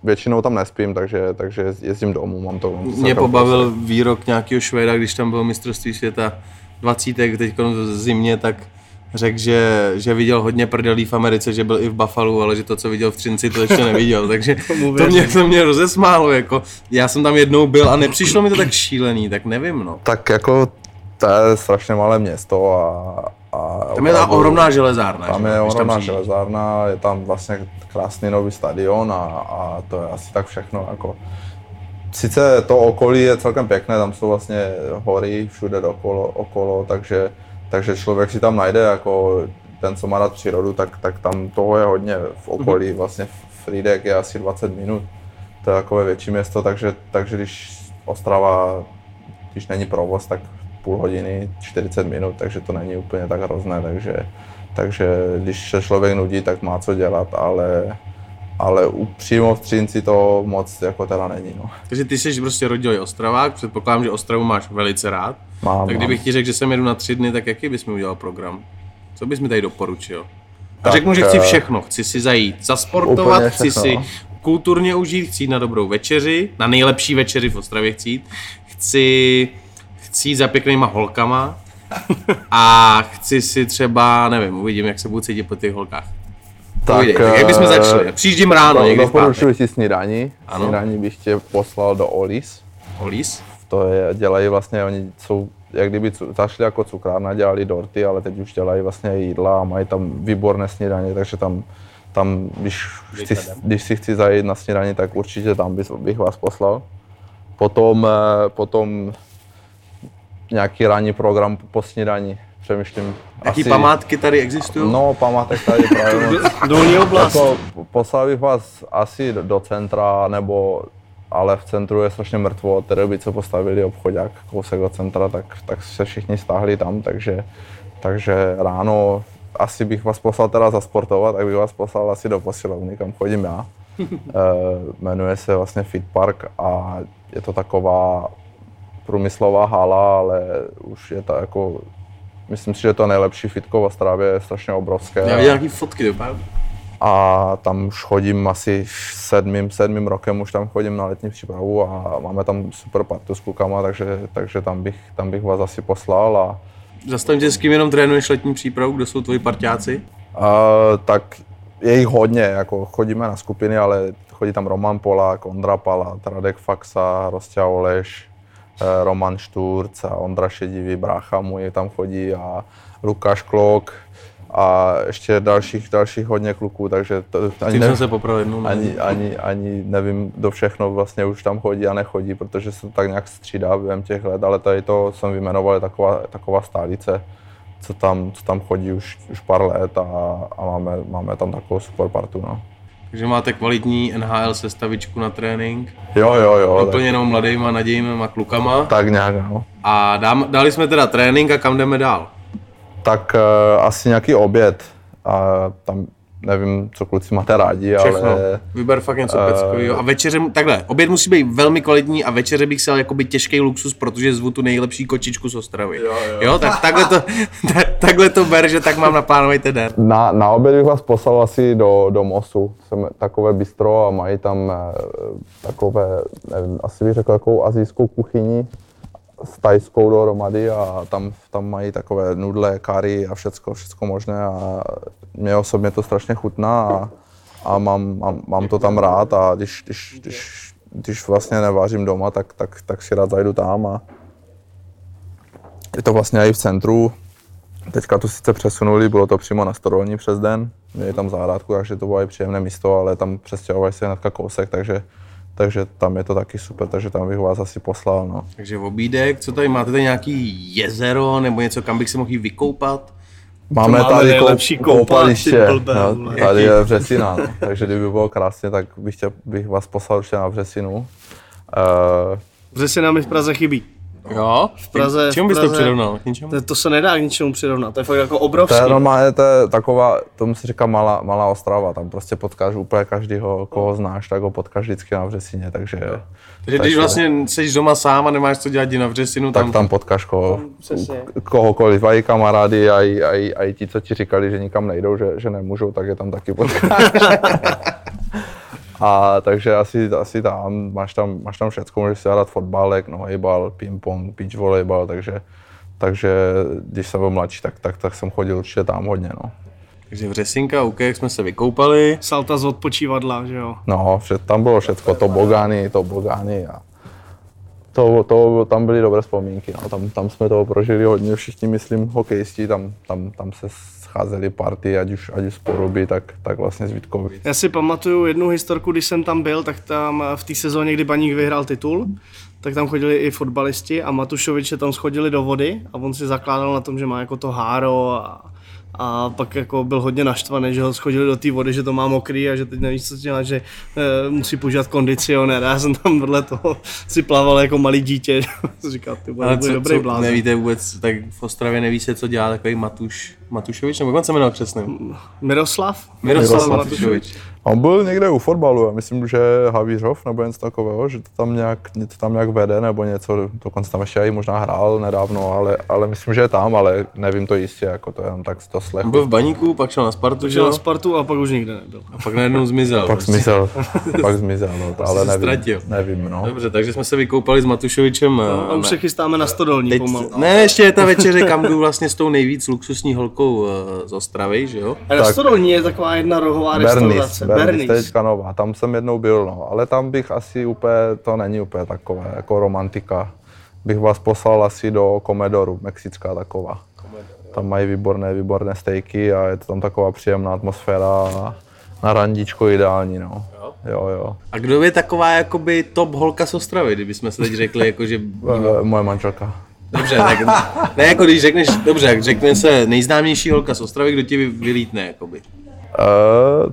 většinou tam nespím, takže, takže jezdím domů, mám to. Mám to Mě pobavil prostě výrok nějakého Švéda, když tam byl mistrovství světa dvacítek, teď v zimě, tak řekl, že, že viděl hodně prdelí v Americe, že byl i v Buffalu, ale že to, co viděl v Třinci, to ještě neviděl, takže to mě, to mě rozesmálo, jako já jsem tam jednou byl a nepřišlo mi to tak šílený, tak nevím, no. Tak jako to je strašně malé město a, a tam je ta ohromná železárna. Tam je ohromná železárna, je tam vlastně krásný nový stadion a, a to je asi tak všechno, jako. Sice to okolí je celkem pěkné, tam jsou vlastně hory všude okolo, okolo takže, takže člověk si tam najde, jako ten, co má rád přírodu, tak, tak tam toho je hodně v okolí, vlastně Frýdek je asi dvacet minut, to je takové větší město, takže, takže když Ostrava, když není provoz, tak půl hodiny, čtyřicet minut, takže to není úplně tak hrozné, takže, takže když se člověk nudí, tak má co dělat, ale ale přímo v Třinci to moc jako teda není, no. Takže ty jsi prostě rodilý Ostravák, předpokládám, že Ostravu máš velice rád. Mám, tak kdybych mám. ti řekl, že jsem jedu na tři dny, tak jaký bys mi udělal program? Co bys mi tady doporučil? A řeknu, že chci všechno, chci si zajít zasportovat, chci si kulturně užít, chci jít na dobrou večeři, na nejlepší večeři v Ostravě chci jít, chci, chci jít za pěknýma holkama a chci si třeba, nevím, uvidím, jak se budu cítit po těch holkách. Tak, Uvidej, tak jak bychom začali? Přijíždím ráno, do, někdy v pátek. Doporučuji si snídaní. Ano. Snídaní bych tě poslal do Olis. Olis? To je, dělají vlastně, oni jsou, jak kdyby zašli jako cukrárna, dělali dorty, ale teď už dělají vlastně jídla a mají tam výborné snídaně, takže tam, tam když, chci, když si chci zajít na snídaní, tak určitě tam bych, bych vás poslal. Potom, potom nějaký ranní program po snídani. Přemýšlím. Jaký asi, památky tady existují? No, památek tady právě moc. Dolní oblast. Jako, poslal bych vás asi do, do centra, nebo, ale v centru je strašně mrtvo, tedy by co postavili obchodák kousek od centra, tak, tak se všichni stáhli tam, takže, takže ráno asi bych vás poslal teda zasportovat, tak bych vás poslal asi do posilovny, kam chodím já. e, jmenuje se vlastně Fit Park a je to taková průmyslová hala, ale už je to jako, myslím si, že to nejlepší fitko v Ostravě, je strašně obrovské. Já vidím nějaký fotky, dopadá. A tam už chodím asi sedmým, sedmým rokem, už tam chodím na letní přípravu a máme tam super partu s klukama, takže, takže tam, bych, tam bych vás asi poslal. A Zastavím tě, s kým jenom trénuješ letní přípravu, kdo jsou tvoji parťáci? a, tak je jich hodně, jako chodíme na skupiny, ale chodí tam Roman Polák, Ondra Pala, Radek Faxa, Rostia Oleš, Roman Šturc a Ondra Šedivý, brácha můj tam chodí a Lukáš Klok a ještě dalších, dalších hodně kluků, takže to, ani, ne, se popravil jednou, ani, ani, ani nevím, kdo všechno vlastně už tam chodí a nechodí, protože se to tak nějak střídá během těch let, ale tady to jsem vyjmenoval, je taková, taková stálice, co tam, co tam chodí už, už pár let a, a máme, máme tam takovou super partu. No. Takže máte kvalitní N H L sestavičku na trénink. Jo, jo, jo. Doplněnou mladýma, nadějnýma klukama. Tak nějak, no. A dám, dali jsme teda trénink a kam jdeme dál? Tak uh, asi nějaký oběd. A tam nevím, co kluci máte rádi, Všechno. ale... Vyber fakt něco uh, peckovýho. A večeře, takhle, oběd musí být velmi kvalitní a večeře bych si dal jakoby těžký luxus, protože zvu tu nejlepší kočičku z Ostravy. Jo, jo. jo tak takhle to, tak, takhle to ber, že tak mám naplánovat ten den. Na, na oběd bych vás poslal asi do, do Mosu. Jsem takové bistro a mají tam eh, takové, nevím, asi bych řekl takovou asijskou kuchyni s tajskou dohromady a tam, tam mají takové nudle, curry a všecko, všecko možné a mě osobně to strašně chutná a, a mám, mám, mám to tam rád a když, když, když, když vlastně nevážím doma, tak, tak, tak si rád zajdu tam a je to vlastně i v centru. Teďka to sice přesunuli, bylo to přímo na Stodolní přes den, měli tam zahrádku, takže to bylo i příjemné místo, ale tam přestěhovali se hnedka kousek, takže Takže tam je to taky super, takže tam bych vás asi poslal, no. Takže v obídek, co tady máte tady nějaký jezero nebo něco, kam bych se mohl vykoupat? Máme, máme tady nejlepší koupaliště, blbé, no, tady je Vřesina, no. Takže kdyby bylo krásně, tak bych, tě, bych vás poslal ještě na Vřesinu. Uh, Vřesina mi v Praze chybí. Jo? V Praze, čemu v bys Praze, to přirovnal? K ničemu? To, to se nedá k ničemu přirovnat, to je fakt jako obrovský. To je normálně, to je taková, tomu se říká malá, malá Ostrava, tam prostě potkáš úplně každýho, koho znáš, tak ho potkáš vždycky na Vřesině, takže... Takže když vlastně jsi doma sám a nemáš co dělat na Vřesinu, tak tam... tam potkáš koho, Přesně. kohokoliv, a i kamarády, a i, a, i, a i ti, co ti říkali, že nikam nejdou, že, že nemůžou, tak je tam taky potkáš. A takže asi, asi tam, máš tam, máš tam všecko, můžeš si hrát fotbalek, nohejbal, ping-pong, beach volejbal, takže, takže když jsem byl mladší, tak, tak, tak jsem chodil určitě tam hodně, no. Takže Vřesinka, OK, jak jsme se vykoupali. Salta z odpočívadla, že jo? No, vše, tam bylo všecko, tobogány, tobogány a to, to, tam byly dobré vzpomínky, no. tam, tam jsme toho prožili hodně, všichni, myslím, hokejisti, tam, tam, tam se scházely party, ať už, ať už z Poruby, tak, tak vlastně z Vítkovic. Já si pamatuju jednu historku, když jsem tam byl, tak tam v té sezóně, kdy Baník vyhrál titul, tak tam chodili i fotbalisti a Matušoviče tam schodili do vody a on si zakládal na tom, že má jako to háro a, a pak jako byl hodně naštvaný, že ho schodili do té vody, že to má mokrý a že teď nevíš, co dělat, že e, musí používat kondicionér. Já jsem tam vedle toho si plaval jako malý dítě. Říkal, ty bude dobrý blázen. Nevíte vůbec, tak v Ostravě neví se, co dělá takový Matuš, Matušovič, nebo jak on se jmenuje přesně? Miroslav? Miroslav, Miroslav Matušovič. On byl někde u fotbalu, já myslím, že Havířov nebo něco takového, že to tam nějak, to tam nějak vede nebo něco, dokonce tam ještě i možná hrál nedávno, ale, ale myslím, že je tam, ale nevím to jistě, jako to jenom tak to slechu. On byl v Baníku, pak šel na Spartu, že Šel na Spartu a pak už nikde nebyl. A pak najednou zmizel. Pak zmizel, pak zmizel, no, ale nevím, ztratil. nevím, no. Dobře, takže jsme se vykoupali s Matušovičem. No, a už se chystáme na Stodolní Teď, pomalu. ne, ještě je ta večeře, kam jdu vlastně s tou nejvíc luxusní holkou z Ostravy, že jo? A na Stodolní je taková jedna rohová restaurace. Bernis, teďka nová, tam jsem jednou byl, no, ale tam bych asi úplně, to není úplně takové, jako romantika. Bych vás poslal asi do Comedoru, mexická taková. Tam mají výborné, výborné stejky a je to tam taková příjemná atmosféra a na randičko ideální, no. Jo? Jo, jo. A kdo je taková jakoby top holka z Ostravy, kdybychom se teď řekli, jakože... Moje manželka. Dobře, tak ne jako když řekneš, dobře, jak řekne se nejznámější holka z Ostravy, kdo ti vylítne, jakoby? Uh,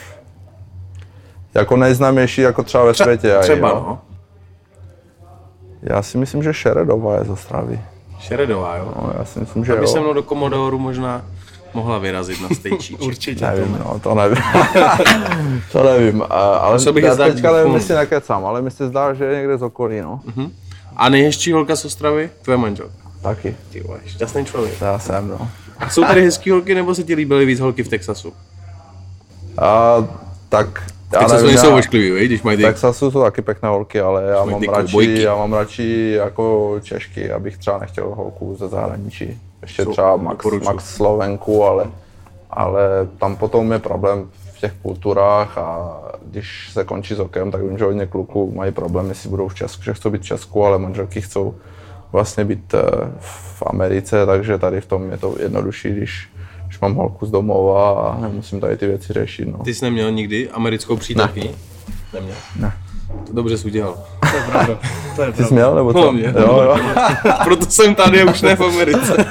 jako nejznámější, jako třeba ve světě. Třeba, jo. no. Já si myslím, že Šeredová je z Ostravy. Šeredová, jo? No, já si myslím, že Aby jo. se mnou do Komodoru možná mohla vyrazit na stejčíček. Určitě. Nevím, no, to nevím. to nevím, ale já teďka nevím, jestli nekecám, ale mi se zdá, že je někde z okolí, no. Uh-huh. A nejhezčí holka z Ostravy? Tvoje manželka. Taky. Ty vole, šťastný člověk. To já jsem, no. A jsou tady hezký holky, nebo se ti líbily víc holky v Texasu? A, tak, já Texasu nevím, nejsou ošklivý, vej, když mají ty... V Texasu jsou taky pěkné holky, ale já mám, radši, já mám radši jako Češky, abych třeba nechtěl holku ze zahraničí. Ještě jsou, třeba Max, Max Slovenku, ale, ale tam potom je problém v těch kulturách a když se končí s hokejem, tak vím, že hodně kluků mají problém, jestli budou v Česku, že chcou být v Česku, ale manželky chcou vlastně být v Americe, takže tady v tom je to jednodušší, když, když mám holku z domova a nemusím tady ty věci řešit. No. Ty jsi neměl nikdy americkou přítelkyni? Ne. Neměl? Ne. To dobře jsi udělal. To je pravda. To je Ty jsi měl, nebo co? No, mě. Jo, jo. Proto jsem tady a už ne v Americe.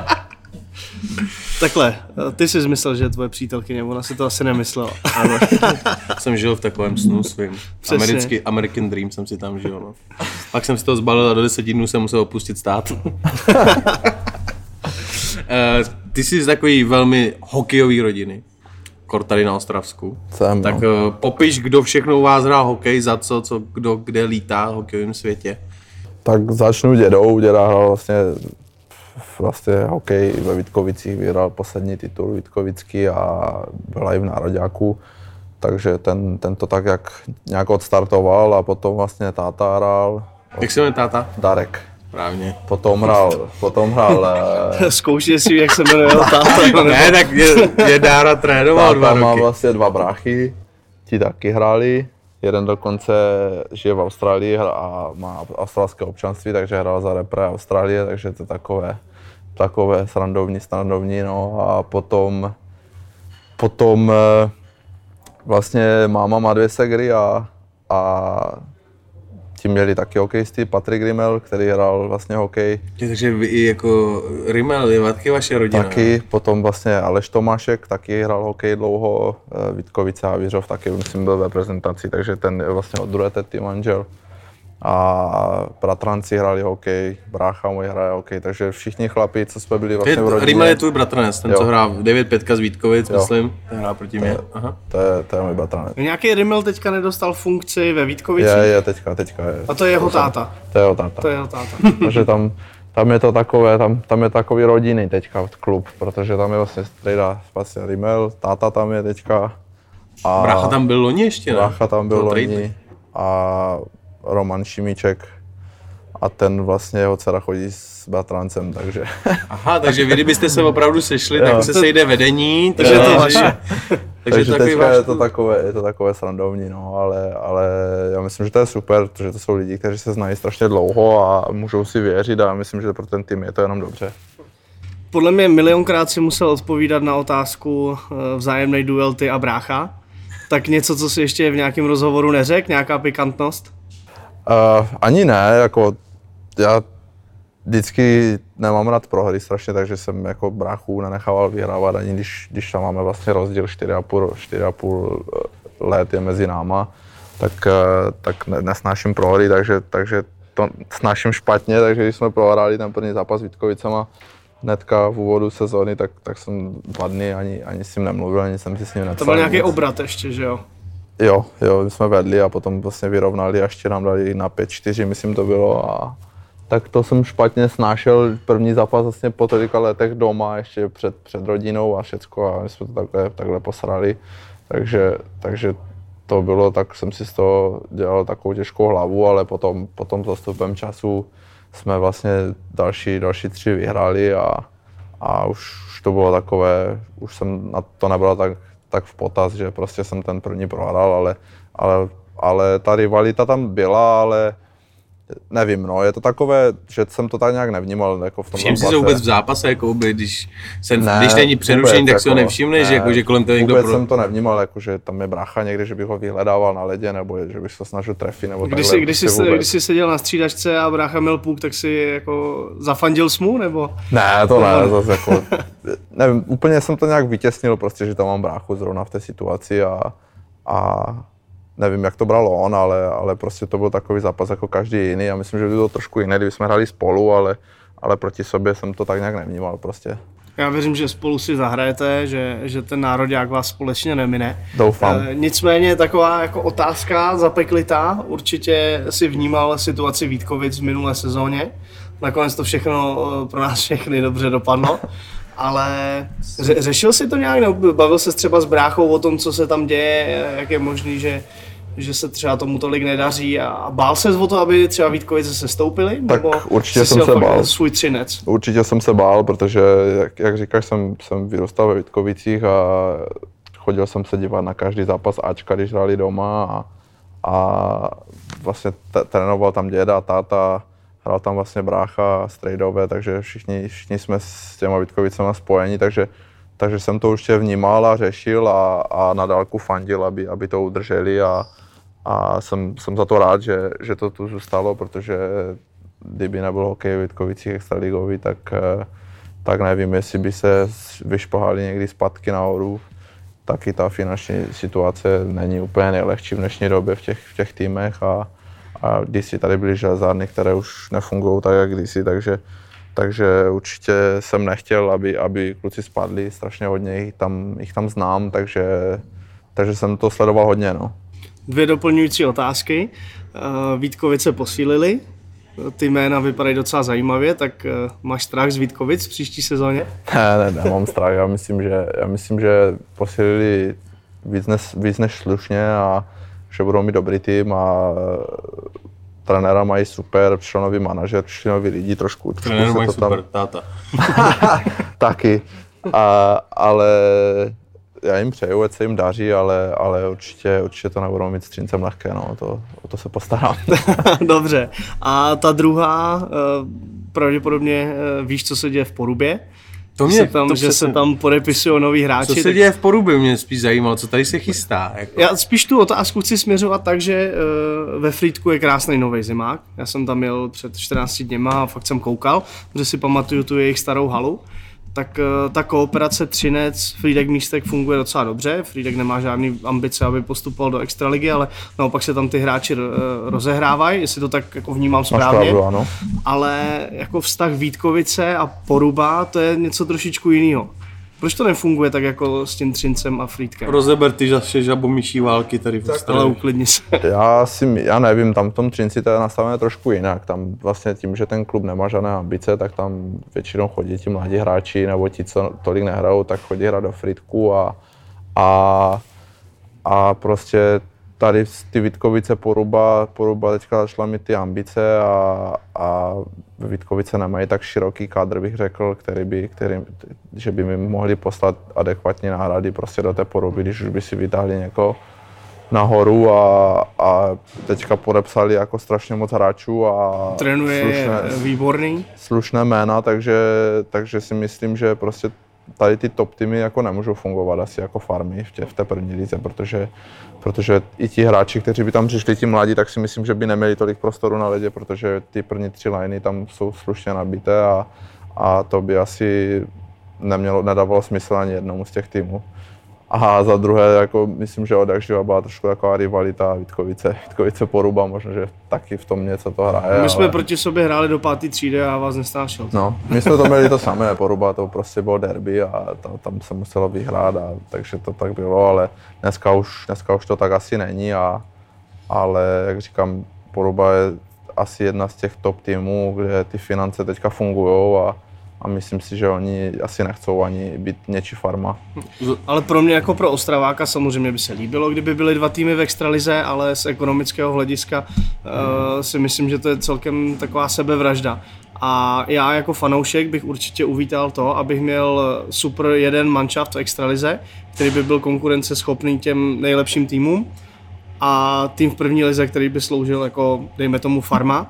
Takhle, ty jsi myslel, že je tvoje přítelkyně, ona si to asi nemyslela. Ano, jsem žil v takovém snu svým. Americký, American Dream jsem si tam žil. No. Pak jsem si to zbalil a do deseti dnů jsem musel opustit stát. Ty jsi z takový velmi hokejový rodiny, kor tady na Ostravsku. Jsem, tak no. Popiš, kdo všechno u vás hrál hokej, za co, co kdo kde lítá v hokejovém světě. Tak začnu dědou, děda hrál vlastně vlastně hokej ve Vítkovicích, vyhrál poslední titul Vítkovický a byl i v nároďáku, takže ten, ten to tak jak nějak odstartoval a potom vlastně táta hrál. Jak se jmenuje táta? Darek. Právně. Potom hrál, potom hrál... Zkouší si, jak se jmenuje táta. Ne, tak je, je Dára trénoval dva roky. Má vlastně dva bráchy, ti taky hráli. Jeden dokonce žije v Austrálii a má australské občanství, takže hrál za repre Austrálie, takže to je takové, takové srandovní, srandovní, no a potom, potom vlastně máma má dvě segry a, a ti měli taky hokejisty, Patrik Rimmel, který hrál vlastně hokej. Takže vy i jako Rimmel je taky vaše rodina. Taky, potom vlastně Aleš Tomášek, taky hrál hokej dlouho, Vítkovice a Havířov taky, myslím, byl v reprezentaci, takže ten je vlastně od druhé tety manžel. A bratranci hráli hokej, brácha můj hraje hokej, takže všichni chlapi, co jsme byli vlastně v rodině. Rimmel je tvůj bratranec, ten, jo. Co hrál devět pět z Vítkovic, jo. Myslím, ten hrál proti mě. Aha. To, je, to je můj bratranec. Nějaký Rimmel teďka nedostal funkci ve Vítkovicích? Je, je, teďka, teďka je. A to je jeho táta? To je jeho táta. To je jeho táta. Takže tam, tam je to takové, tam, tam je takový rodinný teďka klub, protože tam je vlastně strejda vlastně Rimmel, táta tam je teďka A Brácha tam byl loni ještě, ne? Brácha tam byl To loni trade. a Roman Šimíček a ten vlastně jeho dcera chodí s bratrancem, takže... Aha, takže vy kdybyste se opravdu sešli, Jo. tak se sejde vedení, Takže takže to to vaše. takže, Takže takový teďka váš je to, klub. takové, je to takové srandovní, no, ale, ale já myslím, že to je super, protože to jsou lidi, kteří se znají strašně dlouho a můžou si věřit a myslím, že pro ten tým je to jenom dobře. Podle mě milionkrát si musel odpovídat na otázku vzájemný duel ty a brácha. Tak něco, co si ještě v nějakém rozhovoru neřekl, nějaká pikantnost? Uh, ani ne, jako já vždycky nemám rád prohry strašně, takže jsem jako bráchu nenechával vyhrávat, ani když, když tam máme vlastně rozdíl čtyři a půl let je mezi náma, tak, tak nesnáším prohry, takže, takže to snáším špatně, takže když jsme prohráli ten první zápas s Vítkovicema hnedka v úvodu sezóny, tak, tak jsem dva dny ani, ani s ním nemluvil, ani jsem si s ním nepsal. To byl nějaký nic. obrat ještě, že jo? Jo, jo, my jsme vedli a potom vlastně vyrovnali a ještě nám dali na pět čtyři, myslím to bylo a tak to jsem špatně snášel první zápas vlastně po tolika letech doma, ještě před, před rodinou a všecko a my jsme to takhle, takhle posrali, takže, takže to bylo, tak jsem si z toho dělal takovou těžkou hlavu, ale potom, potom zastupem času jsme vlastně další, další tři vyhráli a, a už, už to bylo takové, už jsem na to nebylo tak, tak v potaz, že prostě jsem ten první prohrál, ale, ale, ale ta rivalita tam byla, ale nevím, no, je to takové, že jsem to tak nějak nevnímal jako v tom Všim si zápase. se vůbec v zápase, jako by, když, se, Ne, když není přerušení, vůbec, tak si ho jako, nevšimneš, ne, jako, že kolem toho někdo... Vůbec Pro... jsem to nevnímal, jako, že tam je brácha někde, že bych ho vyhledával na ledě, nebo že bych se snažil trefit, nebo Když takhle. jsi, když, jsi, prostě vůbec. když jsi seděl na střídačce a brácha měl puk, tak si jako zafandil smu, nebo? Ne, to ne, zase jako, nevím, úplně jsem to nějak vytěsnil prostě, že tam mám bráchu zrovna v té situaci a, a nevím, jak to bral on, ale, ale prostě to byl takový zápas jako každý jiný a myslím, že by bylo trošku jiné, kdyby jsme hráli spolu, ale, ale proti sobě jsem to tak nějak nevnímal prostě. Já věřím, že spolu si zahrajete, že, že ten nároďák vás společně nemine. Doufám. E, nicméně taková jako otázka zapeklitá, určitě si vnímal situaci Vítkovic v minulé sezóně. Nakonec to všechno pro nás všechny dobře dopadlo. Ale ře- řešil jsi to nějak, nebo bavil se třeba s bráchou o tom, co se tam děje, jak je možný, že, že se třeba tomu tolik nedaří a bál ses o to, aby třeba Vítkovice se stoupily? Tak nebo určitě jsi jsem si se fakt bál. svůj třinec? Určitě jsem se bál, protože jak, jak říkáš, jsem, jsem vyrůstal ve Vítkovicích a chodil jsem se dívat na každý zápas Ačka, když hráli doma a, a vlastně t- trénoval tam děda, táta, hrál tam vlastně brácha, strejdové, takže všichni, všichni jsme s těma Vítkovicema spojeni, takže, takže jsem to určitě vnímal a řešil a, a na dálku fandil, aby, aby to udrželi a, a jsem, jsem za to rád, že, že to tu zůstalo, protože kdyby nebyl hokej v Vítkovicích extraligový, tak, tak nevím, jestli by se vyšplhali někdy zpátky nahoru. Taky ta finanční situace není úplně nejlehčí v dnešní době v těch, v těch týmech a, a kdysi tady byly železárny, které už nefungují tak, jak kdysi, takže, takže určitě jsem nechtěl, aby, aby kluci spadli, strašně hodně jich tam, jich tam znám, takže, takže jsem to sledoval hodně. No. Dvě doplňující otázky. Vítkovice posílili, ty jména vypadají docela zajímavě, tak máš strach z Vítkovic v příští sezóně? Ne, ne, nemám strach, já myslím, že, já myslím, že posílili víc než, víc než slušně a že budou mít dobrý tým a trenéra mají super, přišel nový manažer, přišli noví lidi, trošku, trošku Trenér se mají to tam... super, táta. Taky, a, ale já jim přeju, ať se jim daří, ale, ale určitě, určitě to nebudou mít s Třincem lehké, no, to, o to se postarám. Dobře. A ta druhá, pravděpodobně víš, co se děje v Porubě? To mě, se tam, to že přesně. se tam podepisují noví hráči. Co se tak... děje v Porubě, mě spíš zajímalo, co tady se chystá. Jako. Já spíš tu otázku chci směřovat tak, že ve Frýdku je krásný nový zimák. Já jsem tam jel před čtrnácti dněma a fakt jsem koukal, protože si pamatuju tu jejich starou halu. Tak ta kooperace Třinec, Frýdek Místek funguje docela dobře. Frýdek nemá žádný ambice, aby postupoval do extraligy, ale naopak se tam ty hráči rozehrávají, jestli to tak jako vnímám správně. Pravdu, ano. Ale jako vztah Vítkovice a Poruba, to je něco trošičku jiného. Proč to nefunguje tak jako s tím Třincem a Frýdkem? Rozeber ty zase žabomyší války tady v Ale uklidni se. Já si, já nevím, tam v tom Třinci to je nastavené trošku jinak. Tam vlastně tím, že ten klub nemá žádné ambice, tak tam většinou chodí ti mladí hráči, nebo ti, co tolik nehrajou, tak chodí hrát do Frýdku a, a, a prostě tady ty Vítkovice, Poruba, Poruba teďka začala mít ty ambice a, a Vítkovice nemají tak široký kádr, bych řekl, který by, který, že by mi mohli poslat adekvátní náhrady prostě do té Poruby, když už by si vytáhli někoho nahoru a, a teďka podepsali jako strašně moc hráčů a trénuje slušné, výborný. Slušné jména, takže, takže si myslím, že prostě tady ty top týmy jako nemůžou fungovat asi jako farmy v, tě, v té první lize, protože, protože i ti hráči, kteří by tam přišli, ti mladí, tak si myslím, že by neměli tolik prostoru na ledě, protože ty první tři liney tam jsou slušně nabité a, a to by asi nemělo, nedávalo smysl ani jednomu z těch týmů. A za druhé, jako myslím, že od jakživa byla trošku taková rivalita Vítkovice, Vítkovice Poruba, možná, že taky v tom něco to hraje. My jsme ale... proti sobě hráli do páté třídy a vás nesnášel. No, my jsme to měli to samé, Poruba to prostě bylo derby a to, tam se muselo vyhrát, a, takže to tak bylo, ale dneska už, dneska už to tak asi není, a, ale jak říkám, Poruba je asi jedna z těch top týmů, kde ty finance teďka fungují a A myslím si, že oni asi nechcou ani být něčí farma. Ale pro mě jako pro Ostraváka samozřejmě by se líbilo, kdyby byly dva týmy v extralize, ale z ekonomického hlediska uh, si myslím, že to je celkem taková sebevražda. A já jako fanoušek bych určitě uvítal to, abych měl super jeden manšaft v extralize, který by byl konkurenceschopný těm nejlepším týmům, a tým v první lize, který by sloužil jako, dejme tomu, farma,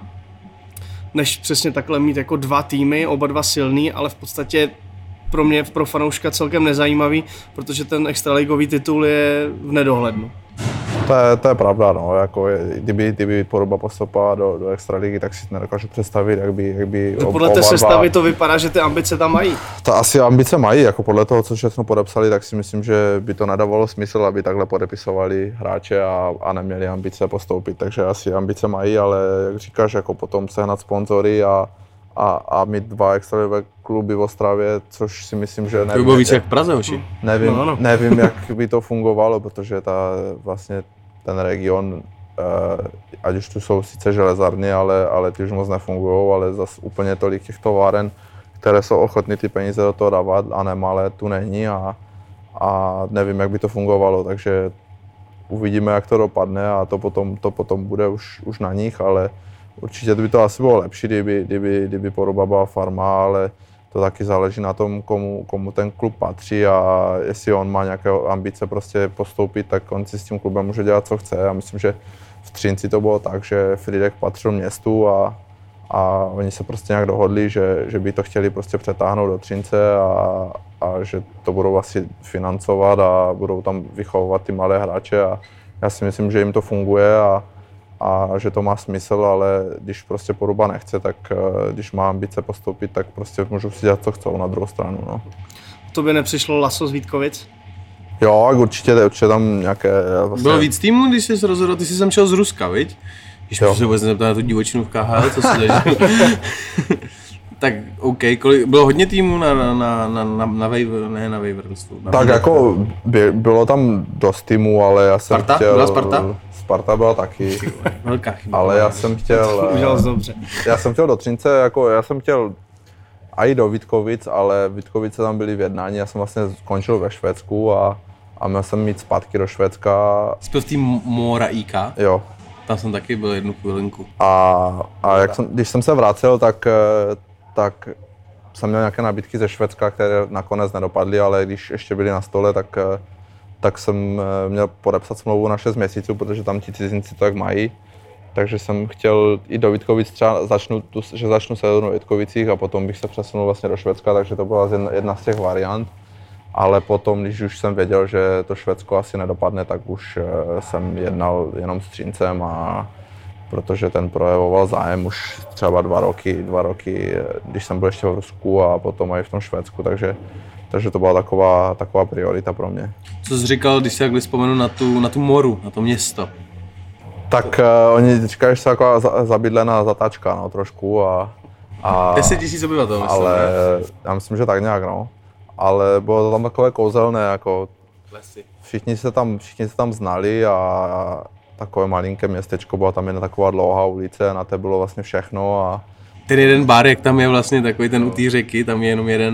než přesně takhle mít jako dva týmy, oba dva silný, ale v podstatě pro mě, pro fanouška celkem nezajímavý, protože ten extraligový titul je v nedohlednu. To je, to je pravda, no, jako je, kdyby, kdyby Poruba postoupila do, do extraligy, tak si nedokážu představit, jak by, jak by ob, podle té sestavy to vypadá, že ty ambice tam mají. To asi ambice mají, jako podle toho, co všechno podepsali, tak si myslím, že by to nedávalo smysl, aby takhle podepisovali hráče a, a neměli ambice postoupit, takže asi ambice mají, ale jak říkáš, jako potom sehnat sponzory a, a, a mít dva extraligové kluby v Ostravě, což si myslím, že nevím. To by bylo víc jak v Praze, hoši. Nevím, no, no. nevím, jak by to fungovalo, protože ta vlastně ten region, ať už tu jsou sice železárny, ale, ale ty už moc nefungují, ale zase úplně tolik těch továren, které jsou ochotny ty peníze do toho dávat a nemalé, tu není, a, a nevím, jak by to fungovalo, takže uvidíme, jak to dopadne, a to potom, to potom bude už, už na nich, ale určitě by to asi bylo lepší, kdyby, kdyby, kdyby Poruba byla farma, ale to taky záleží na tom, komu, komu ten klub patří, a jestli on má nějaké ambice prostě postoupit, tak on si s tím klubem může dělat, co chce. Já myslím, že v Třinci to bylo tak, že Frýdek patřil městu a, a oni se prostě nějak dohodli, že, že by to chtěli prostě přetáhnout do Třince a, a že to budou asi financovat a budou tam vychovovat ty malé hráče, a já si myslím, že jim to funguje a a že to má smysl, ale když prostě Poruba nechce, tak když má ambice postoupit, tak prostě můžou si dělat, co chcou na druhou stranu. No. To by nepřišlo Laso z Vítkovic? Jo, určitě, určitě tam nějaké... Vlastně... Bylo víc týmů, když jsi se rozhodl, ty jsi sem šel z Ruska, viď? Když se vůbec nezeptal na tu divočinu v K H L, co jsi zažil? Tak OK, kolik, bylo hodně týmů na, na, na, na, na, na waiver, ne na waiverstvu. Tak jako by, bylo tam dost týmů, ale já jsem Sparta? chtěl... Byla Sparta? Sparta byla taky, velká chyba. Ale já jsem chtěl... Udělal jsi dobře. Já jsem chtěl do Třince, jako já jsem chtěl a i do Vítkovic, ale Vítkovice tam byly v jednání, já jsem vlastně skončil ve Švédsku a, a měl jsem mít zpátky do Švédska. Jsi byl v tým Mora I K? Jo. Tam jsem taky byl jednu chvilinku. A, a jak jsem, když jsem se vracel, tak, tak jsem měl nějaké nabídky ze Švédska, které nakonec nedopadly, ale když ještě byly na stole, tak, tak jsem měl podepsat smlouvu na šest měsíců, protože tam ti cizinci to tak mají. Takže jsem chtěl i do Vítkovic, třeba začnu tu, že začnu sezónu v Vítkovicích a potom bych se přesunul vlastně do Švédska, takže to byla jedna z těch variant. Ale potom, když už jsem věděl, že to Švédsko asi nedopadne, tak už jsem jednal jenom s Třincem, a protože ten projevoval zájem už třeba dva roky, dva roky, když jsem byl ještě v Rusku a potom i v tom Švédsku, takže, takže to byla taková, taková priorita pro mě. Co jsi říkal, když si takhle vzpomenu na tu, na tu Moru, na to město? Tak uh, oni říkají, že jsou taková zabydlená zatáčka, no, trošku a... a deset tisíc obyvatel, myslím. Ale já myslím, že tak nějak, no. Ale bylo to tam takové kouzelné, jako... Lesy. Všichni se tam, všichni se tam znali a, a takové malinké městečko, byla tam jedna taková dlouhá ulice, na té bylo vlastně všechno a... Ten jeden bar, jak tam je vlastně takový ten u té řeky, tam je jenom jeden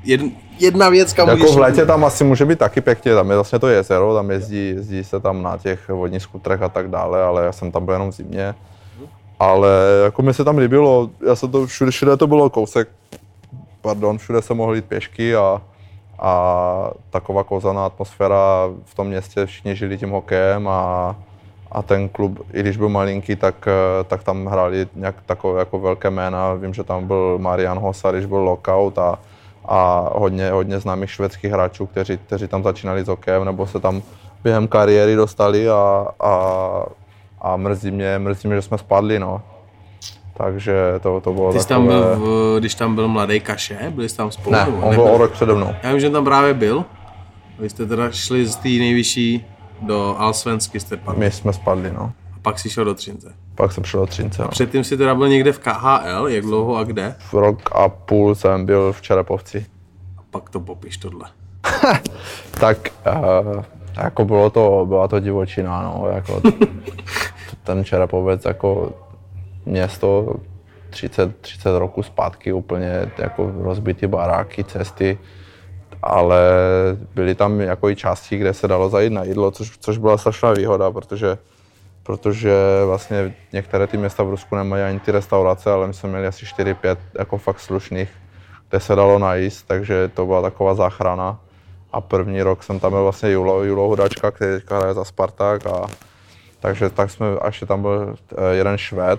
jed, jedna věc, kam jako v létě tam asi může být taky pěkně, tam je vlastně to jezero, tam jezdí, jezdí se tam na těch vodních skutrech a tak dále, ale já jsem tam byl jenom v zimě. Ale jako mi se tam líbilo, já jsem to, všude, všude to bylo kousek, pardon, všude se mohli jít pěšky a, a taková kouzelná atmosféra v tom městě, všichni žili tím hokejem a, a ten klub, i když byl malinký, tak, tak tam hráli nějak takové jako velké jména. Vím, že tam byl Marian Hossa, když byl lockout a, a hodně, hodně známých švédských hráčů, kteří, kteří tam začínali s hokejem nebo se tam během kariéry dostali a, a, a mrzí mě, mrzí mě, že jsme spadli, no. Takže to, to bylo Ty jsi takové... tam byl, v, když tam byl mladý Kaše, byli jsi tam spolu? Ne, on byl o rok přede mnou. Já vím, že tam právě byl. Vy jste teda šli z té nejvyšší do Allsvensky jste padli. My jsme spadli, no. A pak si šel do Třince. Pak jsem šel do Třince, no. Předtím jsi teda byl někde v K H L, jak dlouho a kde? V rok a půl jsem byl v Čerepovci. A pak to popiš tohle. Tak uh, jako bylo to, byla to divočina, no. Jako ten Čerepovec jako město třicet, třicet roků zpátky, úplně jako rozbitý baráky, cesty, ale byly tam jako i části, kde se dalo zajít na jídlo, což, což byla strašná výhoda, protože, protože vlastně některé ty města v Rusku nemají ani ty restaurace, ale my jsme měli asi čtyři pět jako fakt slušných, kde se dalo najíst, takže to byla taková záchrana. A první rok jsem tam byl vlastně Julo, Julo Hudačka, který teďka hraje za Spartak, a takže tak jsme, až tam byl jeden Švéd,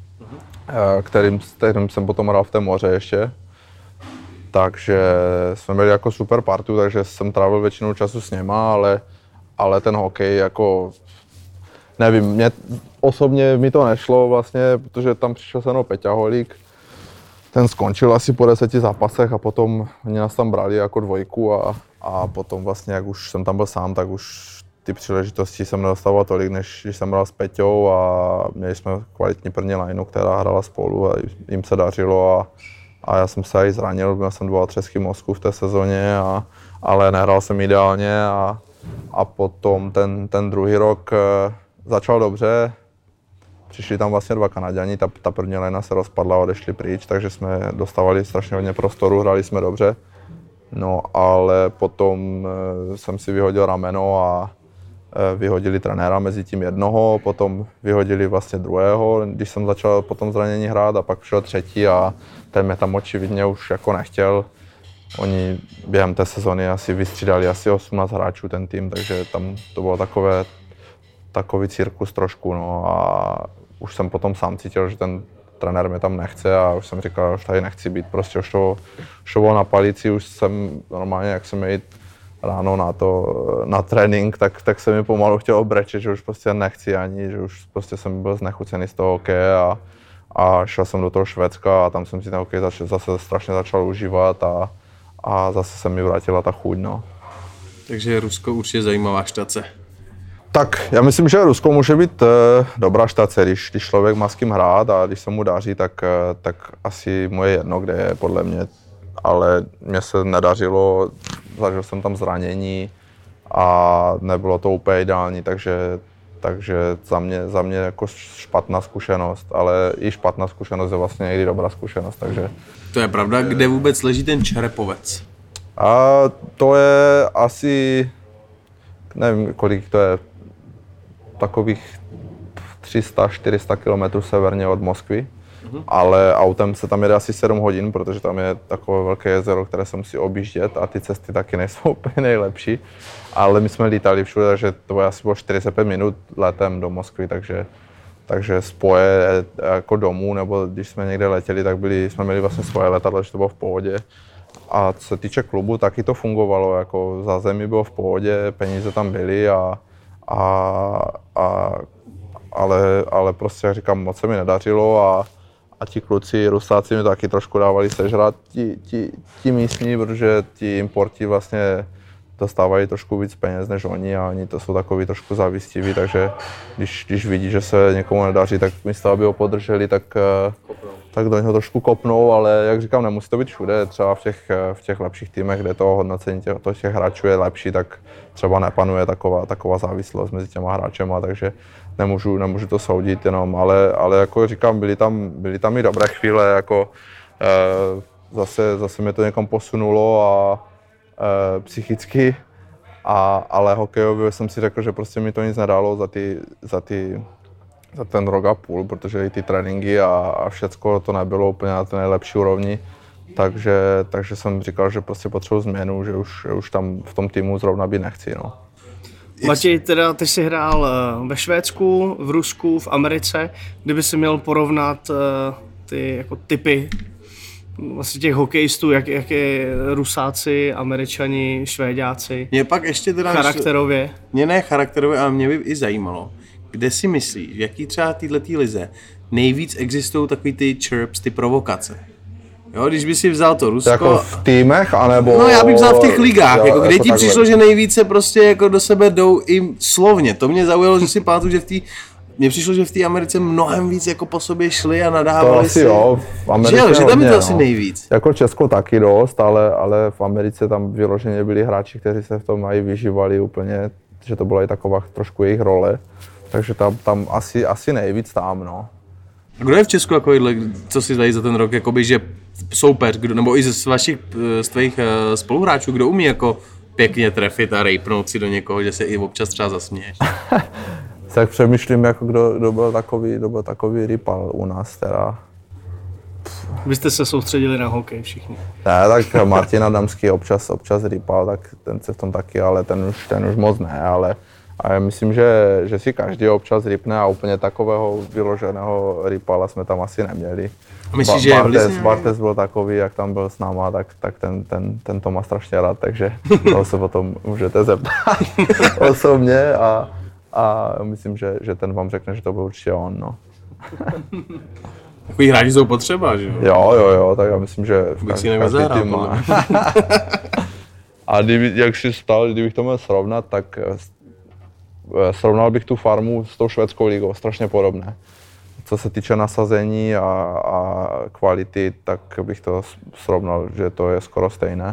kterým, kterým jsem potom hrál v té moře ještě. Takže jsme byli jako super partu, takže jsem trávil většinou času s něma, ale, ale ten hokej jako, nevím, mě osobně mi to nešlo vlastně, protože tam přišel se mnou Peťa Holík. Ten skončil asi po deseti zápasech a potom oni nás tam brali jako dvojku a, a potom vlastně, jak už jsem tam byl sám, tak už ty příležitosti jsem nedostával tolik, než když jsem hrál s Peťou a měli jsme kvalitní první lineu, která hrála spolu a jim se dařilo a, a já jsem se i zranil, měl jsem dva otřesky mozku v té sezóně, a, ale nehrál jsem ideálně a, a potom ten, ten druhý rok začal dobře. Přišli tam vlastně dva Kanaďani, ta, ta první linea se rozpadla a odešli pryč, takže jsme dostávali strašně hodně prostoru, hráli jsme dobře. No ale potom jsem si vyhodil rameno a vyhodili trenéra mezi tím jednoho, potom vyhodili vlastně druhého, když jsem začal potom zranění hrát, a pak přišel třetí a ten mě tam očividně už jako nechtěl. Oni během té sezony asi vystřídali asi osmnáct hráčů ten tým, takže tam to bylo takové, takový cirkus trošku, no, a už jsem potom sám cítil, že ten trenér mě tam nechce a už jsem říkal, že už tady nechci být, prostě už to, už to bylo na palici, už jsem normálně, jak jsem jít ráno na to, na trénink, tak, tak se mi pomalu chtělo brečet, že už prostě nechci ani, že už prostě jsem byl znechucený z toho hokeje a, a šel jsem do toho Švédska a tam jsem si ten hokej zač, zase strašně začal užívat a, a zase se mi vrátila ta chuť, no. Takže Rusko určitě zajímavá štace. Tak já myslím, že Rusko může být e, dobrá štace, když, když člověk má s kým hrát a když se mu daří, tak, e, tak asi mu je jedno, kde je, podle mě. Ale mně se nedařilo, zažil jsem tam zranění a nebylo to úplně ideální, takže, takže za mě, za mě jako špatná zkušenost, ale i špatná zkušenost je vlastně někdy dobrá zkušenost, takže... To je pravda, kde vůbec leží ten Čerepovec? A to je asi, nevím kolik to je, takových tři sta čtyři sta kilometrů severně od Moskvy. Mm-hmm. Ale autem se tam jede asi sedm hodin, protože tam je takové velké jezero, které se musí objíždět a ty cesty taky nejsou úplně nejlepší. Ale my jsme lítali všude, takže to bylo asi bylo čtyřicet pět minut letem do Moskvy, takže, takže spoje jako domů, nebo když jsme někde letěli, tak byli, jsme měli vlastně svoje letadlo, že to bylo v pohodě. A co se týče klubu, taky to fungovalo, jako za zemi bylo v pohodě, peníze tam byly a, a, a ale, ale prostě, jak říkám, moc se mi nedařilo a A ti kluci, Rusáci mi taky trošku dávali sežrat, ti, ti, ti místní, protože ti importi vlastně dostávají trošku víc peněz než oni a oni to jsou takový trošku závistiví, takže když, když vidí, že se někomu nedaří, tak místo, aby ho podrželi, tak, tak do něho trošku kopnou, ale jak říkám, nemusí to být všude, třeba v těch, v těch lepších týmech, kde to hodnocení těch, to těch hráčů je lepší, tak třeba nepanuje taková, taková závislost mezi těma hráčema, takže nemůžu, nemůžu to soudit jenom, ale, ale jako říkám, byly tam, byly tam i dobré chvíle, jako eh, zase, zase mě to někam posunulo a e, psychicky, a, ale hokejově jsem si řekl, že prostě mi to nic nedalo za, ty, za, ty, za ten rok a půl, protože i ty tréninky a, a všecko to nebylo úplně na té nejlepší úrovni. Takže, takže jsem říkal, že prostě potřebuji změnu, že už, že už tam v tom týmu zrovna být nechci. No. Matěj, teda ty jsi hrál ve Švédsku, v Rusku, v Americe. Kdyby si měl porovnat ty jako typy vlastně těch hokejistů, jak, jak je Rusáci, Američani, Švéďáci, mě pak ještě teda charakterově? Mě ne charakterově, ale mě by i zajímalo, kde si myslíš, v jaký třeba této lize nejvíc existují takový ty chirps, ty provokace. Jo, když by si vzal to Rusko... Jako v týmech, anebo... No já bych vzal v těch ligách, jo, jako kde jako ti takhle. přišlo, že nejvíce prostě jako do sebe jdou i slovně. To mě zaujalo, že si pamatuju, že v té... Mně přišlo, že v té Americe mnohem víc jako po sobě šli a nadávali to asi si. Jo, v Americe že jo, že tam hodně, je to asi no. nejvíc. Jako Česko taky dost, ale, ale v Americe tam vyloženě byli hráči, kteří se v tom mají vyžívali úplně, že to byla i taková trošku jejich role. Takže tam, tam asi, asi nejvíc tam, no. A kdo je v Česku takovýhle, co si dají za ten rok, jakoby, že soupeř, kdo, nebo i z vašich, z tvých spoluhráčů, kdo umí jako pěkně trefit a rejpnout si do někoho, že se i občas třeba zasměješ? Tak přemýšlím, jako kdo, kdo, byl takový, kdo byl takový rypal u nás teda. Vy jste se soustředili na hokej všichni. Ne, tak Martin Adamský občas, občas rypal, tak ten se v tom taky, ale ten už, ten už moc ne, ale, ale myslím, že, že si každý občas rypne a úplně takového vyloženého rypala jsme tam asi neměli. A myslíš, ba- že je v Bartes, Lize? Bartes byl takový, jak tam byl s náma, tak, tak ten, ten, ten to má strašně rád, takže toho se potom můžete zeptat osobně a, a myslím, že, že ten vám řekne, že to byl určitě on. No. Takový hráči jsou potřeba, že jo? Jo, jo, jo, tak já myslím, že v Bych si každý, nevím každý zahrát, tým ale. má. A kdyby, jak jsi stal, kdybych to měl srovnat, tak eh, srovnal bych tu farmu s tou švédskou ligou, strašně podobné. Co se týče nasazení a, a kvality, tak bych to srovnal, že to je skoro stejné.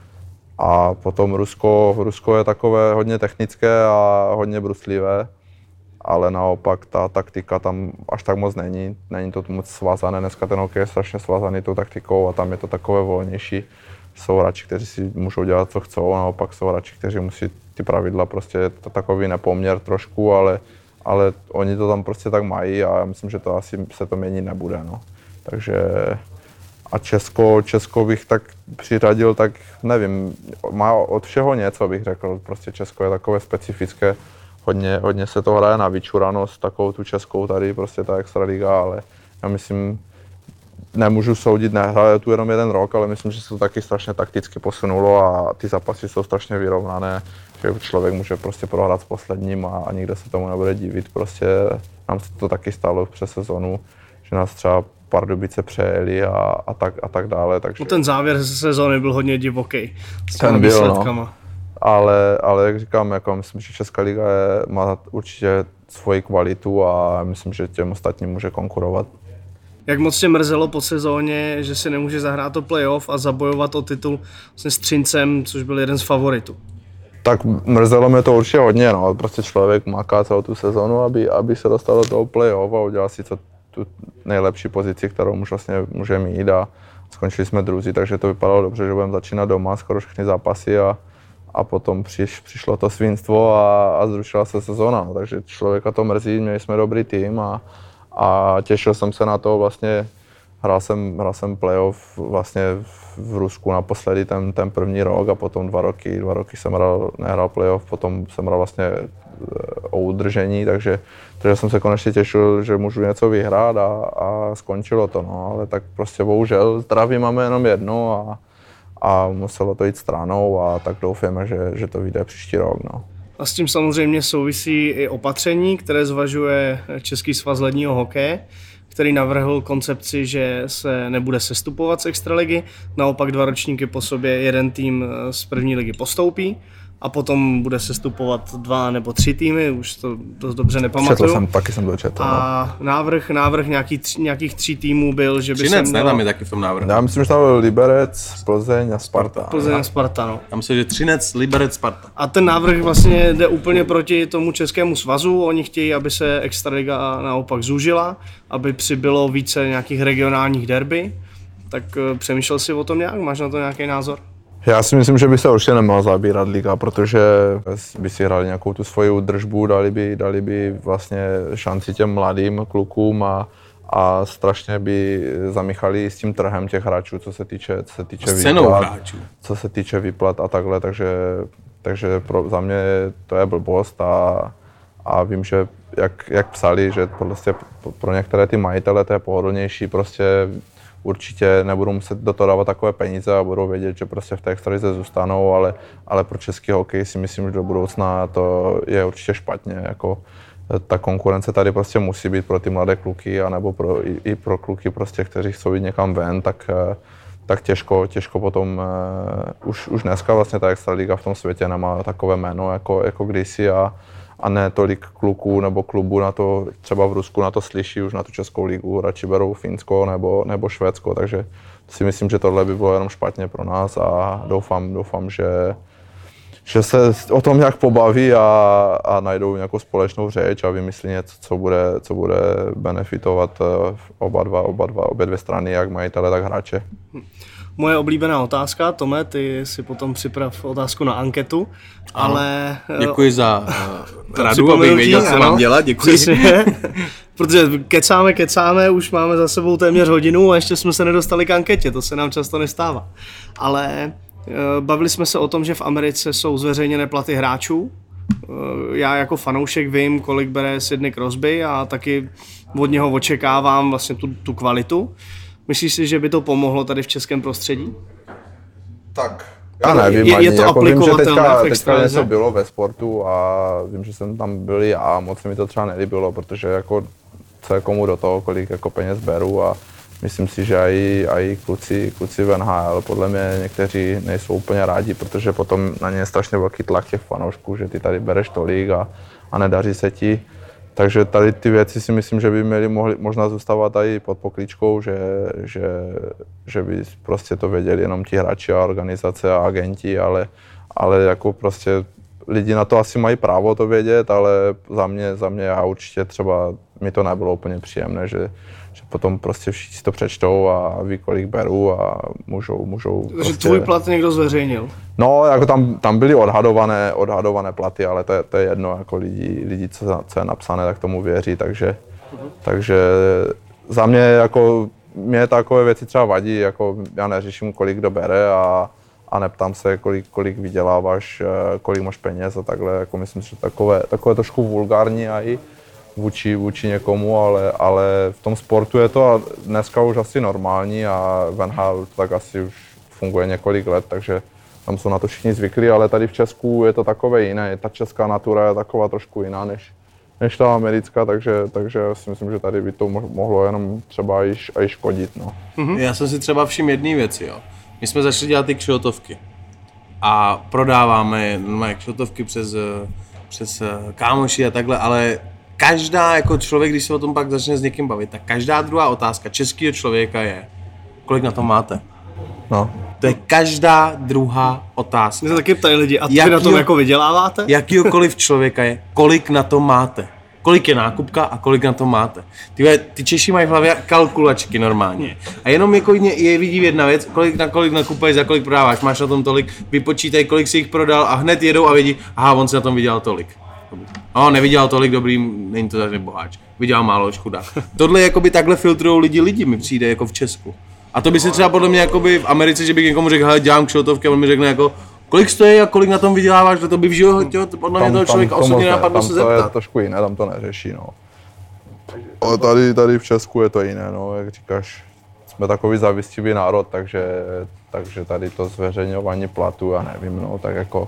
A potom Rusko, Rusko je takové hodně technické a hodně bruslivé, ale naopak ta taktika tam až tak moc není. Není to moc svázané, dneska ten hokej je strašně svázaný tou taktikou a tam je to takové volnější. Jsou hráči, kteří si můžou dělat, co chcou, a naopak jsou hráči, kteří musí ty pravidla, prostě je to takový nepoměr trošku, ale, ale oni to tam prostě tak mají a já myslím, že to asi se to měnit nebude. No. Takže a Česko, Česko bych tak přiřadil, tak nevím, má od všeho něco, bych řekl, prostě Česko je takové specifické, hodně, hodně se to hraje na vyčuranost, takovou tu českou tady, prostě ta extraliga, ale já myslím, nemůžu soudit, nehraje tu jenom jeden rok, ale myslím, že se to taky strašně takticky posunulo a ty zápasy jsou strašně vyrovnané, že člověk může prostě prohrát s posledním a, a nikdo se tomu nebude divit, prostě nám se to taky stalo přes sezonu, že nás třeba Pardubice přejeli a, a, tak, a tak dále. Takže... No ten závěr sezóny byl hodně divoký s těmi ten byl, výsledkama. No. Ale, ale jak říkám, jako myslím, že Česká liga je, má určitě svoji kvalitu a myslím, že těm ostatním může konkurovat. Jak moc tě mrzelo po sezóně, že si nemůže zahrát to playoff a zabojovat o titul vlastně s Třincem, což byl jeden z favoritů? Tak mrzelo mě to určitě hodně, no. Prostě člověk maká celou tu sezonu, aby, aby se dostal do toho playoff a udělal si co, tu nejlepší pozici, kterou už vlastně může mít a skončili jsme druzí, takže to vypadalo dobře, že budeme začínat doma skoro všechny zápasy a, a potom přiš, přišlo to svinstvo a, a zrušila se sezóna, no. Takže člověka to mrzí, měli jsme dobrý tým a, a těšil jsem se na to, vlastně hrál jsem, hrál jsem playoff vlastně v Rusku naposledy ten, ten první rok a potom dva roky, dva roky jsem hrál, nehrál playoff, potom jsem hrál vlastně o udržení, takže, takže jsem se konečně těšil, že můžu něco vyhrát a, a skončilo to, no, ale tak prostě bohužel zdraví máme jenom jedno a, a muselo to jít stranou a tak doufáme, že, že to vyjde příští rok, no. A s tím samozřejmě souvisí i opatření, které zvažuje Český svaz ledního hokeje, který navrhl koncepci, že se nebude sestupovat z extraligy, naopak dva ročníky po sobě jeden tým z první ligy postoupí a potom bude sestupovat dva nebo tři týmy, už to dost dobře nepamatuju. Četl jsem, taky jsem to četl. A návrh, návrh nějaký tři, nějakých tří týmů byl, že by Třinec, se ne, mělo... tam je taky v tom návrhu. Já myslím, že tam byl Liberec, Plzeň a Sparta. Plzeň a Sparta, no. Já myslím, že Třinec, Liberec, Sparta. A ten návrh vlastně jde úplně proti tomu Českému svazu. Oni chtějí, aby se extraliga naopak zúžila, aby přibylo více nějakých regionálních derby. Tak přemýšlel jsi o tom nějak? Máš na to nějaký názor? Já si myslím, že by se určitě neměla zabírat liga, protože by si hrali nějakou tu svoji údržbu, dali by, dali by vlastně šanci těm mladým klukům a, a strašně by zamíchali s tím trhem těch hráčů, co se týče, co se týče výplat, hráčů. co se týče výplat a takhle, takže, takže pro, za mě to je blbost a, a vím, že jak, jak psali, že prostě pro některé ty majitele to je pohodlnější, prostě určitě nebudou muset do toho dávat takové peníze a budou vědět, že prostě v té extralize zůstanou, ale, ale pro český hokej si myslím, že do budoucna to je určitě špatně. Jako, ta konkurence tady prostě musí být pro ty mladé kluky, anebo pro, i, i pro kluky, prostě, kteří chcou jít někam ven, tak, tak těžko, těžko potom, uh, už, už dneska vlastně ta extraliga v tom světě nemá takové jméno jako, jako kdysi a, a ne tolik kluků nebo klubů na to, třeba v Rusku na to slyší už na tu českou ligu, radši berou Finsko nebo, nebo Švédsko, takže si myslím, že tohle by bylo jenom špatně pro nás a doufám, doufám, že, že se o tom nějak pobaví a, a najdou nějakou společnou řeč a vymyslí něco, co bude, co bude benefitovat oba dva, oba dva, obě dvě strany, jak majitele, tak hráče. Moje oblíbená otázka, Tome, ty si potom připrav otázku na anketu, ano, ale... Děkuji za uh, radu, abych věděl, co mám dělat, děkuji. Přesně, protože kecáme, kecáme, už máme za sebou téměř hodinu a ještě jsme se nedostali k anketě, to se nám často nestává. Ale uh, bavili jsme se o tom, že v Americe jsou zveřejněné platy hráčů. Uh, já jako fanoušek vím, kolik bere Sidney Crosby a taky od něho očekávám vlastně tu, tu kvalitu. Myslíš si, že by to pomohlo tady v českém prostředí? Tak. Já nevím, je, je to jako vím, že teďka, v teďka něco bylo ve sportu a vím, že jsem tam byl já, moc se mi to třeba nelíbilo, protože jako co je komu do toho, kolik jako peněz beru a myslím si, že i, i kluci, kluci v N H L podle mě někteří nejsou úplně rádi, protože potom na ně je strašně velký tlak těch fanoušků, že ty tady bereš tolik a, a nedaří se ti. Takže tady ty věci si myslím, že by měly mohli, možná zůstávat i pod pokličkou, že, že, že by prostě to věděli jenom ti hráči a organizace a agenti, ale, ale jako prostě lidi na to asi mají právo to vědět, ale za mě, za mě já určitě třeba mi to nebylo úplně příjemné, že, že potom prostě všichni si to přečtou a ví, kolik beru a můžou, můžou Takže prostě... tvůj plat někdo zveřejnil? No, jako tam, tam byly odhadované, odhadované platy, ale to je, to je jedno, jako lidi, lidi co, co je napsané, tak tomu věří, takže, uh-huh. takže za mě jako, mě takové věci třeba vadí, jako já neřeším, kolik kdo bere a, a neptám se, kolik, kolik vyděláváš, kolik máš peněz a takhle, jako myslím, že takové, takové trošku vulgární a i vůči, vůči někomu, ale, ale v tom sportu je to dneska už asi normální a v N H L tak asi už funguje několik let, takže tam jsou na to všichni zvyklí, ale tady v Česku je to takové jiné, ta česká natura je taková trošku jiná než, než ta americká, takže, takže si myslím, že tady by to mohlo jenom třeba i, i škodit. No. Mm-hmm. Já jsem si třeba všiml jedné věci, jo. My jsme začali dělat ty kšiltovky a prodáváme normálně kšiltovky přes, přes kámoši a takhle, ale každá jako člověk, když se o tom pak začne s někým bavit, tak každá druhá otázka českého člověka je, kolik na to máte? No. To je každá druhá otázka. Mě se taky ptají lidi, a co na tom jako vyděláváte? Jakýkoliv člověka je, kolik na to máte? Kolik je nákupka a kolik na to máte? Ty, ty Češi mají v hlavě kalkulačky normálně. A jenom jako je vidí jedna věc, kolik na kolik nakupuješ, za kolik prodáváš, máš na tom tolik, vypočítaj, kolik si jich prodal a hned jedou a vidí, aha, on si na tom vydělal tolik. No, nevydělal tolik, dobrý, není to tak boháč. Vydělal málo, chudák. Tohle jakoby takhle filtrujou lidi, lidi mi přijde jako v Česku. A to by se třeba podle mě jakoby v Americe, že bych někomu řekl, hele, dělám kšiltovky a on mi řekne jako, kolik stojí a kolik na tom vyděláváš, to by v životě podle mě toho člověka osobně napadlo se zeptat. Tam to je trošku jiné, tam to neřeší, no. Ale tady, tady v Česku je to jiné, no, jak říkáš, jsme takový závistivý národ, takže, takže tady to zveřejňování platu, já nevím, no, tak jako...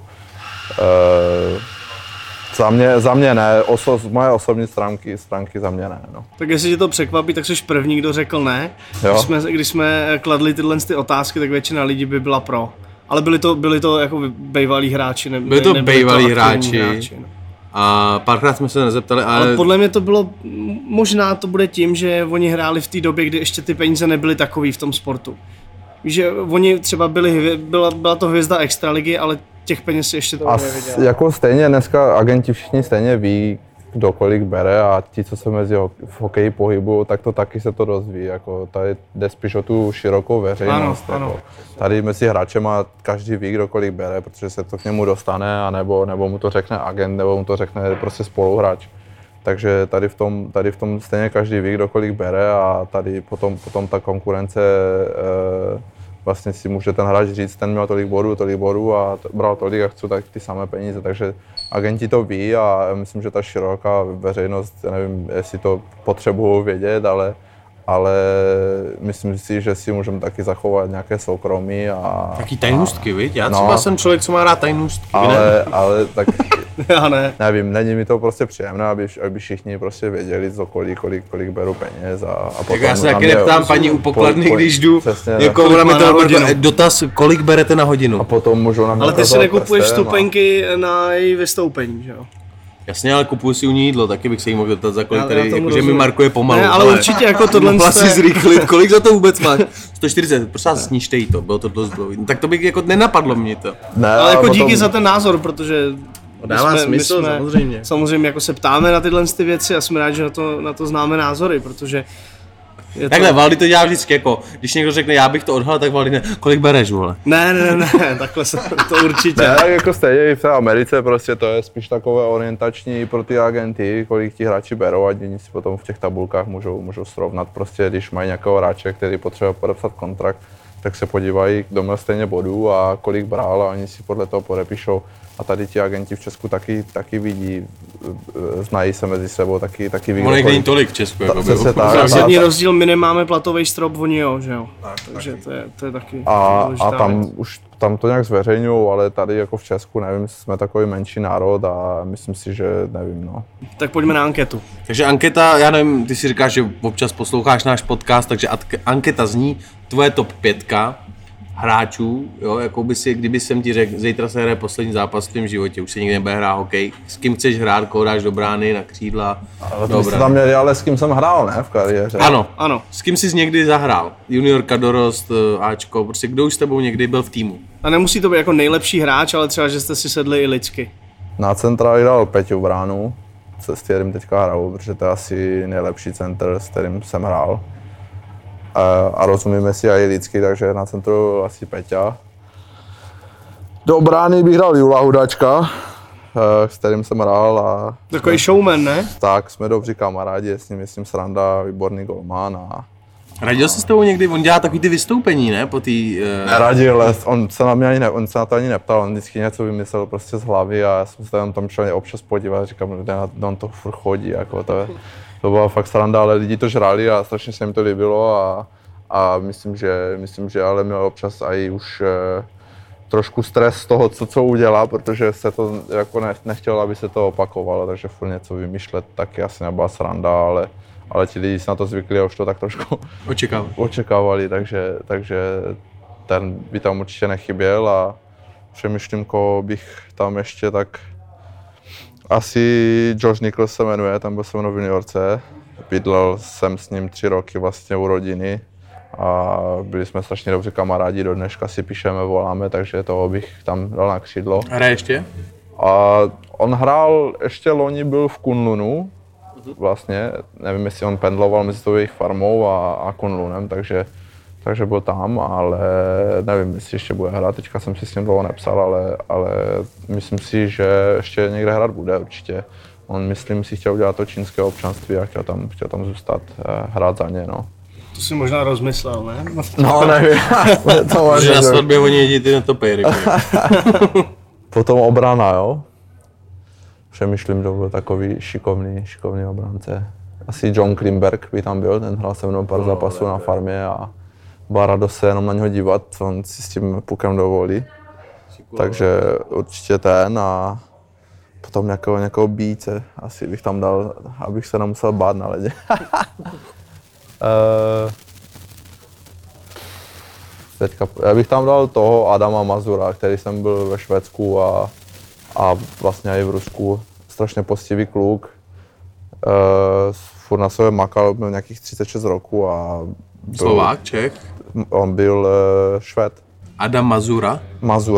Uh, Za mě, za mě ne, Oso, moje osobní stránky, stránky za mě ne. No. Tak jestli tě to překvapí, tak jsi první, kdo řekl ne. Když jsme, když jsme kladli tyhle ty otázky, tak většina lidí by byla pro. Ale byli to, byli to jako bývalí hráči. Ne, byli to bývalí hráči. hráči no. A párkrát jsme se nezeptali, ale... ale... podle mě to bylo, možná to bude tím, že oni hráli v té době, kdy ještě ty peníze nebyly takový v tom sportu. Víš, že oni třeba byli, byla, byla to hvězda extraligy, ale těch peněz si ještě to neviděl. Jako stejně dneska agenti všichni stejně ví, kdo kolik bere a ti, co se mezi ho- v hokeji pohybují, tak to taky se to rozvíjí. Jako tady jde spíš o tu širokou veřejnost. Ano, jako. ano. Tady mezi hráčema každý ví, kdo kolik bere, protože se to k němu dostane, anebo, nebo mu to řekne agent, nebo mu to řekne prostě spoluhráč. Takže tady v tom, tady v tom stejně každý ví, kdo kolik bere a tady potom, potom ta konkurence e, vlastně si může ten hráč říct, ten měl tolik bodů, tolik bodů a t- bral tolik a chci tak ty samé peníze, takže agenti to ví a myslím, že ta široká veřejnost, já nevím, jestli to potřebují vědět, ale, ale myslím si, že si můžeme taky zachovat nějaké soukromí a... Taky tajnůstky, viď? Já No. třeba jsem člověk, co má rád tajnůstky, ne? Ale, ale tak Já ne. nevím, není mi to prostě příjemné, aby, aby všichni prostě věděli, co kolik, kolik, kolik beru peněz a, a potom... Tak já se na taky mě- neptám paní u pokladny, po- po- když jdu, přesně, jako Kolik ona mi má to na jako hodinu? dotaz, kolik berete na A hodinu. potom můžou na mě Ale ty si ukazovat nekupuješ prstem a- vstupenky na její vystoupení, že jo? Jasně, ale kupuju si u ní jídlo, taky bych se jí mohl dotat, za kolik Já- tady, já tomu jakože mi rozumím. markuje pomalu. Ne, ale určitě jako tohle Mohla jste- si zrychlit, kolik za to vůbec máš? sto čtyřicet, prosím vás, snížte jí to, bylo to dost dlouhý. No, tak to bych jako nenapadlo mě to. Ne, Ale jako potom- díky za ten názor, protože my Dává smysl, samozřejmě. Samozřejmě jako se ptáme na tyhle ty věci a jsme rádi, že na to, na to známe názory, protože je to... Takhle, Valdy to dělá vždycky jako, když někdo řekne, já bych to odhalil, tak Valdy ne, kolik bereš, vole? Ne, ne, ne, ne, takhle se to určitě. Ne, tak jako stejně i v té Americe prostě to je spíš takové orientační pro ty agenty, kolik ti hráči berou a oni si potom v těch tabulkách můžou, můžou srovnat. Prostě když mají nějakého hráče, který potřebuje podepsat kontrakt, tak se podívají, kdo měl stejně bodů a kolik bral a oni si podle toho podepíšou. A tady ti agenti v Česku taky, taky vidí, znají se mezi sebou, taky, taky ví, Ono kdo jich kolik- není tolik v Česku, jako přesně bylo. tak. Zásadní rozdíl, my nemáme platový strop, oni jo, že jo. Takže to je, to je taky A, důležitá a tam věc. už tam to nějak zveřejňují, ale tady jako v Česku, nevím, jsme takový menší národ a myslím si, že nevím, no. Tak pojďme na anketu. Takže anketa, já nevím, ty si říkáš, že občas posloucháš náš podcast, takže atk- anketa zní tvoje top pětka hráčů, jo, jako by si, kdyby jsem ti řekl, zítra se hraje poslední zápas v tvém životě, už se nikdy nebude hrát hokej, s kým chceš hrát, koho dáš do brány, na křídla, Ale do to jste obrany. tam měli, ale s kým jsem hrál, ne, v kariéře. Ano, Ano. s kým jsi někdy zahrál? Juniorka, dorost, Ačko, prostě kdo už s tebou někdy byl v týmu? A nemusí to být jako nejlepší hráč, ale třeba, že jste si sedli i lidsky. Na centra hrál Peťu Bránu, se s kterým teďka hraju, protože to je asi nejlepší center, s kterým jsem hrál. A, a rozumíme si i lidsky, takže na centru asi Peťa. Do brány bych hrál Jula Hudačka, eh, s kterým jsem hrál a Takový showman, ne? tak jsme dobří kamarádi, s ním myslím sranda, výborný golman a Radil jsi s tebou někdy, on dělá takový ty vystoupení, ne, po té... Uh... neradil, on se na mě ani ne, on se na to ani neptal, on vždycky něco vymyslel prostě z hlavy a já jsem se tam, tam šel občas podívat a říkám, kde na- on to furt chodí, jako to, je- to byla fakt sranda, ale lidi to žrali a strašně se jim to líbilo a, a myslím, že, myslím, že ale měl občas i už eh, trošku stres z toho, co, co udělá, protože se to jako ne, nechtěl, aby se to opakovalo, takže furt něco vymýšlet taky asi nebyla sranda, ale, ale ti lidi si na to zvykli a už to tak trošku Očekávám. očekávali, takže, takže ten by tam určitě nechyběl a přemýšlím, koho bych tam ještě tak... Asi Josh Nichols se jmenuje, ten byl se mnou v juniorce. Bydlel jsem s ním tři roky vlastně u rodiny a byli jsme strašně dobře kamarádi, do dneška si píšeme, voláme, takže toho bych tam dal na křídlo. Hraje ještě? A on hrál, ještě loni byl v Kunlunu, vlastně, nevím, jestli on pendloval mezi tou jejich farmou a, a Kunlunem, takže, takže byl tam, ale nevím, jestli ještě bude hrát, teďka jsem si s ním dlouho nepsal, ale, ale myslím si, že ještě někde hrát bude určitě. On, myslím, si chtěl udělat to čínské občanství a chtěl tam, chtěl tam zůstat, hrát za ně, no. To si možná rozmyslel, ne? No, nevím, to Že na možná, svatbě oni jedí ty netopejry. potom obrana, jo. Přemýšlím, kdo byl takový šikovný, šikovný obránce. Asi John Klimberg by tam byl, ten hrál se mnou pár zápasů na farmě a byla radost se jenom na něho dívat, co on si s tím pukem dovolí. Takže určitě ten a potom nějakého, nějakého bíce asi bych tam dal, abych se nemusel bát na ledě. Eh, Teďka, já bych tam dal toho Adama Mazura, který jsem byl ve Švédsku a, a vlastně i v Rusku. Strašně poctivý kluk. E, furt na sobě makal, měl nějakých třicet šest roků a byl, Slovák, Čech, on byl e, Švéd. Adam Mazura. Mazur.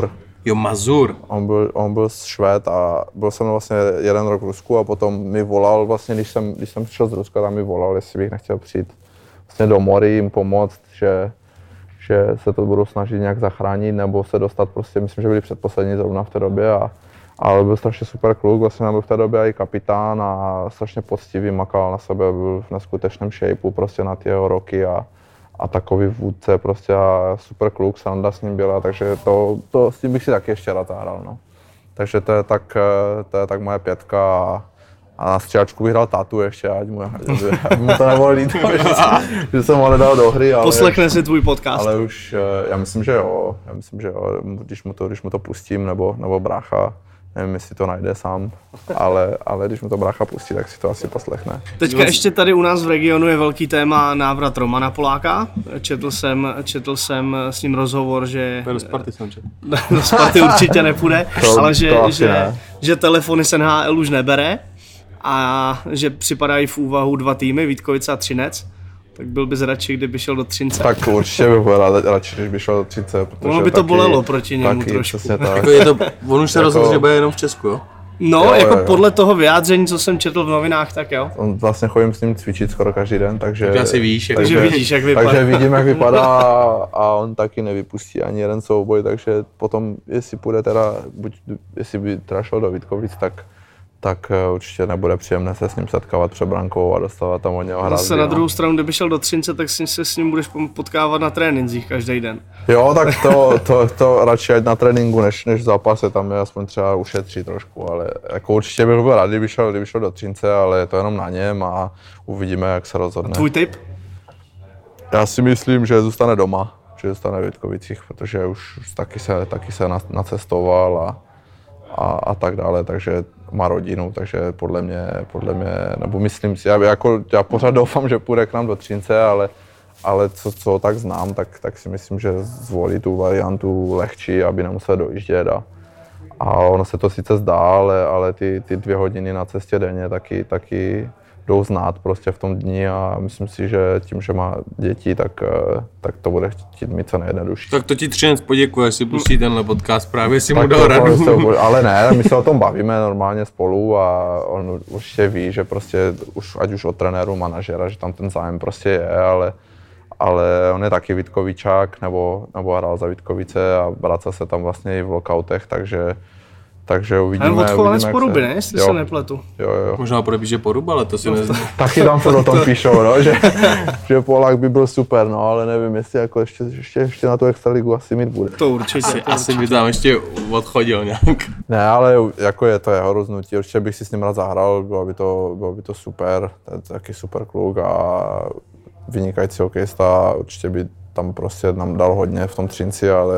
Jo, Mazur. On byl, on byl Švéd a byl jsem vlastně jeden rok v Rusku a potom mi volal, vlastně když jsem, když jsem přišel z Ruska, tam mi volal, jestli bych nechtěl přijít vlastně do mory jim pomoct, že, že se to budou snažit nějak zachránit nebo se dostat prostě, myslím, že byli předposlední zrovna v té době a ale byl strašně super kluk, vlastně byl v té době i kapitán a strašně poctivý, makal na sebe, byl v neskutečném shapeu prostě na ty jeho roky a, a takový vůdce prostě a super kluk, sranda s ním byla, takže to, to s tím bych si taky ještě rád zahrál, no. Takže to je tak, to je tak moje pětka a, a na stříhačku bych hrál tátu ještě, ať mu, ať mu to nebylo líto, že, že jsem ho nedal do hry, ale... Poslechne si tvůj podcast. Ale už, já myslím, že jo, já myslím, že jo, když mu to, když mu to pustím, nebo, nebo brácha, nevím, jestli to najde sám, ale, ale když mu to brácha pustí, tak si to asi poslechne. Teďka ještě tady u nás v regionu je velký téma návrat Romana Poláka. Četl jsem, četl jsem s ním rozhovor, že... Do Sparty jsem četl. Do Sparty určitě nepůjde, To- ale že, to asi že, ne. že telefony z N H L už nebere a že připadají v úvahu dva týmy, Vítkovice a Třinec. Tak byl bys radši, kdyby šel do Třince. Tak určitě bych byl rád, radši, když by šel do třicet, protože Ono by to taky, bolelo proti němu taky, trošku. Přesně tak. Jako je to, on už se Jako- rozhodl, že bude jenom v Česku, jo? No, Jo, jako jo, jo. podle toho vyjádření, co jsem četl v novinách, tak jo. On vlastně chodím s ním cvičit skoro každý den, takže... Takže asi víš, jak- Takže vidíš, jak vypadá. Takže vidím, jak vypadá a on taky nevypustí ani jeden souboj, takže potom, jestli půjde teda, buď, jestli by teda šel do Vítkovic, tak tak určitě nebude příjemné se s ním setkávat před brankou a dostávat tam od něho hrát. Zase na druhou stranu, kdyby šel do Třince, tak si se s ním budeš potkávat na trénincích každý den. Jo, tak to, to, to radši ať na tréninku, než, než v zápase, tam je aspoň třeba ušetří trošku, ale jako určitě bych byl rád, kdyby šel, kdyby šel do Třince, ale je to jenom na něm a uvidíme, jak se rozhodne. Tvůj tip? Já si myslím, že zůstane doma, že zůstane v Vítkovicích, protože už taky se, taky se nacestoval a, a, a tak dále, takže má rodinu, takže podle mě, podle mě, nebo myslím si, já, jako, já pořád doufám, že půjde k nám do Třince, ale, ale co, co tak znám, tak, tak si myslím, že zvolí tu variantu lehčí, aby nemusel dojíždět a, a ono se to sice zdá, ale, ale ty, ty dvě hodiny na cestě denně taky, taky jdou znát prostě v tom dni a myslím si, že tím, že má děti, tak, tak to bude chtít mít co nejjednodušší. Tak to ti Třinec poděkuje, až si pustí tenhle podcast, právě si mu Tak dal to radu. prostě, ale ne, my se o tom bavíme normálně spolu a on určitě ví, že prostě už, ať už od trenéru, manažera, že tam ten zájem prostě je, ale, ale on je taky Vítkovičák nebo, nebo hrál za Vítkovice a vrací se tam vlastně i v lockoutech, takže takže uvidíme. Ale odchovanec uvidíme, po jak Ruby, se- ne? Jestli jo, se nepletu. Jo, jo. Možná podepíše Poruba, ale to si neznám. Taky tam furt o tom píšou, no, že, že Polák by byl super, no, ale nevím, jestli jako ještě, ještě, ještě na tu extraligu asi mít bude. To určitě. Asi, to asi určitě. by tam ještě odchodil nějak. Ne, ale jako je to jeho rozhodnutí, určitě bych si s ním rád zahrál, bylo by to, bylo by to super, to je taky super kluk a vynikající hokejista, určitě by tam prostě nám dal hodně v tom Třinci, ale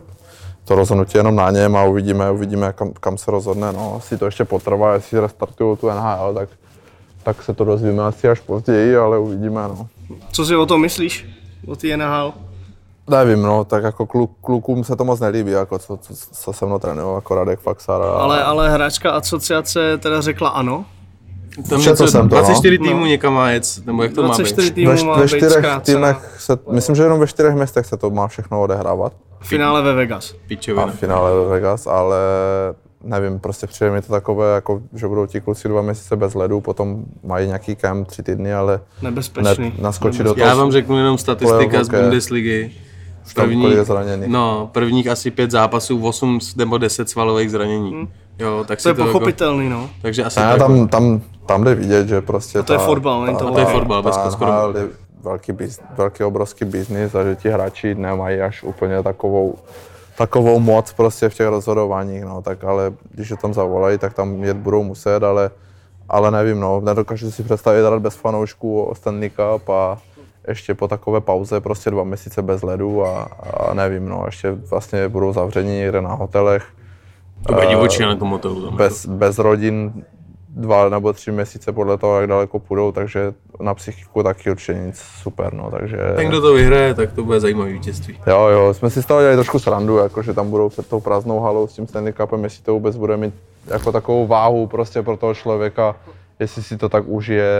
to rozhodnutí je jenom na něm a uvidíme, uvidíme kam, kam se rozhodne, no, asi to ještě potrvá, jestli restartují tu N H L, tak, tak se to dozvíme asi až později, ale uvidíme, no. Co si o tom myslíš? O té N H L? Nevím, no, tak jako kluk, klukům se to moc nelíbí, jako co, co, co se mnou trénují, jako Radek Faxar a... Ale, ale hráčka asociace teda řekla ano. Tam Četl něco, jsem to, no. dvacet čtyři týmů No. někam má jet, nebo jak to má dvacet čtyři být? týmů Ve, má ve být čtyřech zkrácena. týmech se, myslím, že jenom ve čtyřech městech se to má všechno odehrávat. V finále ve Vegas. A Pičovina. v finále ve Vegas, ale nevím, prostě přijde mi to takové, jako, že budou ti kluci dva měsíce bez ledu, potom mají nějaký kemp, tři týdny, ale Nebezpečný. ne, naskočit do toho. Já vám řeknu jenom statistika z Playoff, Bundesligy. tam První, kolik je zraněných. no, prvních asi pět zápasů, osm nebo deset svalových zranění. Jo, tak si To je to jako, pochopitelný, no. takže asi Ne, tak. tam, tam, tam jde vidět, že prostě to je fotbal, není to To je fotbal, bez ta skoro. N H L je velký, biz, velký obrovský biznis a že ti hráči nemají až úplně takovou, takovou moc prostě v těch rozhodováních, no, tak ale když je tam zavolají, tak tam jet budou muset, ale, ale nevím, no, nedokážu si představit hrát bez fanoušků o Stanley Cup a ještě po takové pauze prostě dva měsíce bez ledu a, a nevím, no, ještě vlastně budou zavření někde na hotelech. To bude divočina na tom hotelu. Tam Bez, bez rodin dva nebo tři měsíce podle toho, jak daleko půjdou, takže na psychiku taky určitě nic super, no, takže... Ten, kdo to vyhraje, tak to bude zajímavý vítězství. Jo, jo, jsme si z toho dělali trošku srandu, jako, že tam budou před tou prázdnou halou s tím Stanley Cupem, jestli to vůbec bude mít jako takovou váhu prostě pro toho člověka, jestli si to tak užije,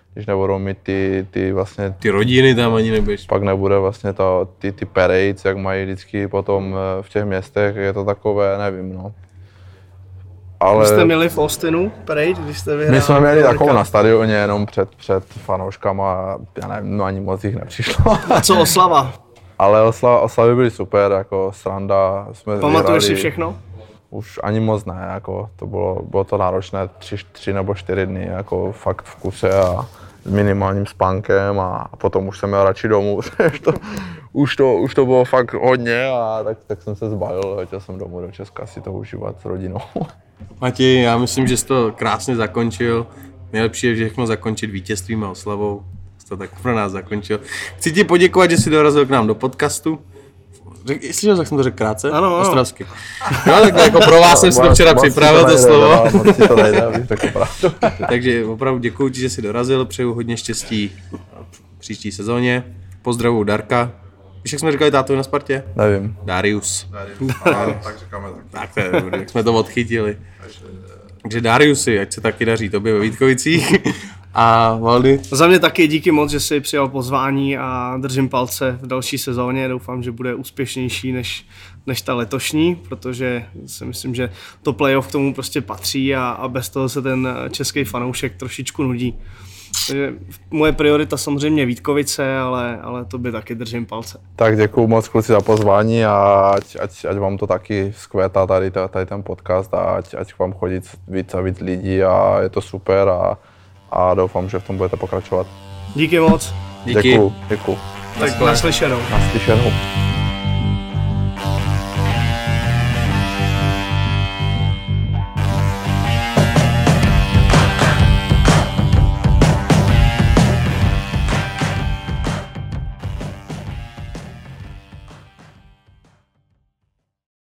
když nebudou mít ty, ty vlastně... Ty rodiny tam ani nebudeš. Pak nebude vlastně to, ty, ty parades, jak mají vždycky potom v těch městech, je to takové, nevím, no. Ale... Vy jste měli v Austinu parade, když jste vyhráli? My jsme měli takovou na stadioně, jenom před, před fanouškama, já nevím, no ani moc jich nepřišlo. A co oslava? Ale osla, oslavy byly super, jako sranda. Jsme Pamatuješ si všechno? Už ani moc ne, jako to bylo, bylo to náročné tři, tři nebo čtyři dny, jako fakt v kuse a s minimálním spánkem a potom už jsem měl radši domů, to, už, to, už to bylo fakt hodně a tak, tak jsem se zbalil, letěl jsem domů do Česka si to užívat s rodinou. Mati, já myslím, že jsi to krásně zakončil. Nejlepší je všechno zakončit vítězstvím a oslavou. Jsi to tak pro nás zakončil. Chci ti poděkovat, že jsi dorazil k nám do podcastu. Řek, jestli tak jsem to řekl krátce? Ano, ano. Ostravsky. No, tak jako pro vás jsem si to včera připravil, to slovo. To nejde, abych řekl pravdu. Takže opravdu děkuji ti, že jsi dorazil. Přeju hodně štěstí v příští sezóně. Pozdravuju Darka. Víš, jak jsme říkali tátovi na Spartě? Nevím. Darius. Darius. Ano, tak říkáme tak. Tak to je, jak jsme to odchytili. Takže Dariusi, ať se taky daří tobě ve Vítkovicích. A Valdy? Za mě taky díky moc, že jsi přijal pozvání a držím palce v další sezóně. Doufám, že bude úspěšnější než, než ta letošní, protože si myslím, že to playoff k tomu prostě patří a, a bez toho se ten český fanoušek trošičku nudí. Takže moje priorita samozřejmě Vítkovice, ale, ale tobě taky držím palce. Tak děkuju moc kluci za pozvání a ať, ať, ať vám to taky zkvétá tady, tady ten podcast a ať, ať vám chodí víc a víc lidí a je to super a, a doufám, že v tom budete pokračovat. Díky moc. Díky. Děkuju, děkuju. Tak naslyšenou. Naslyšenou.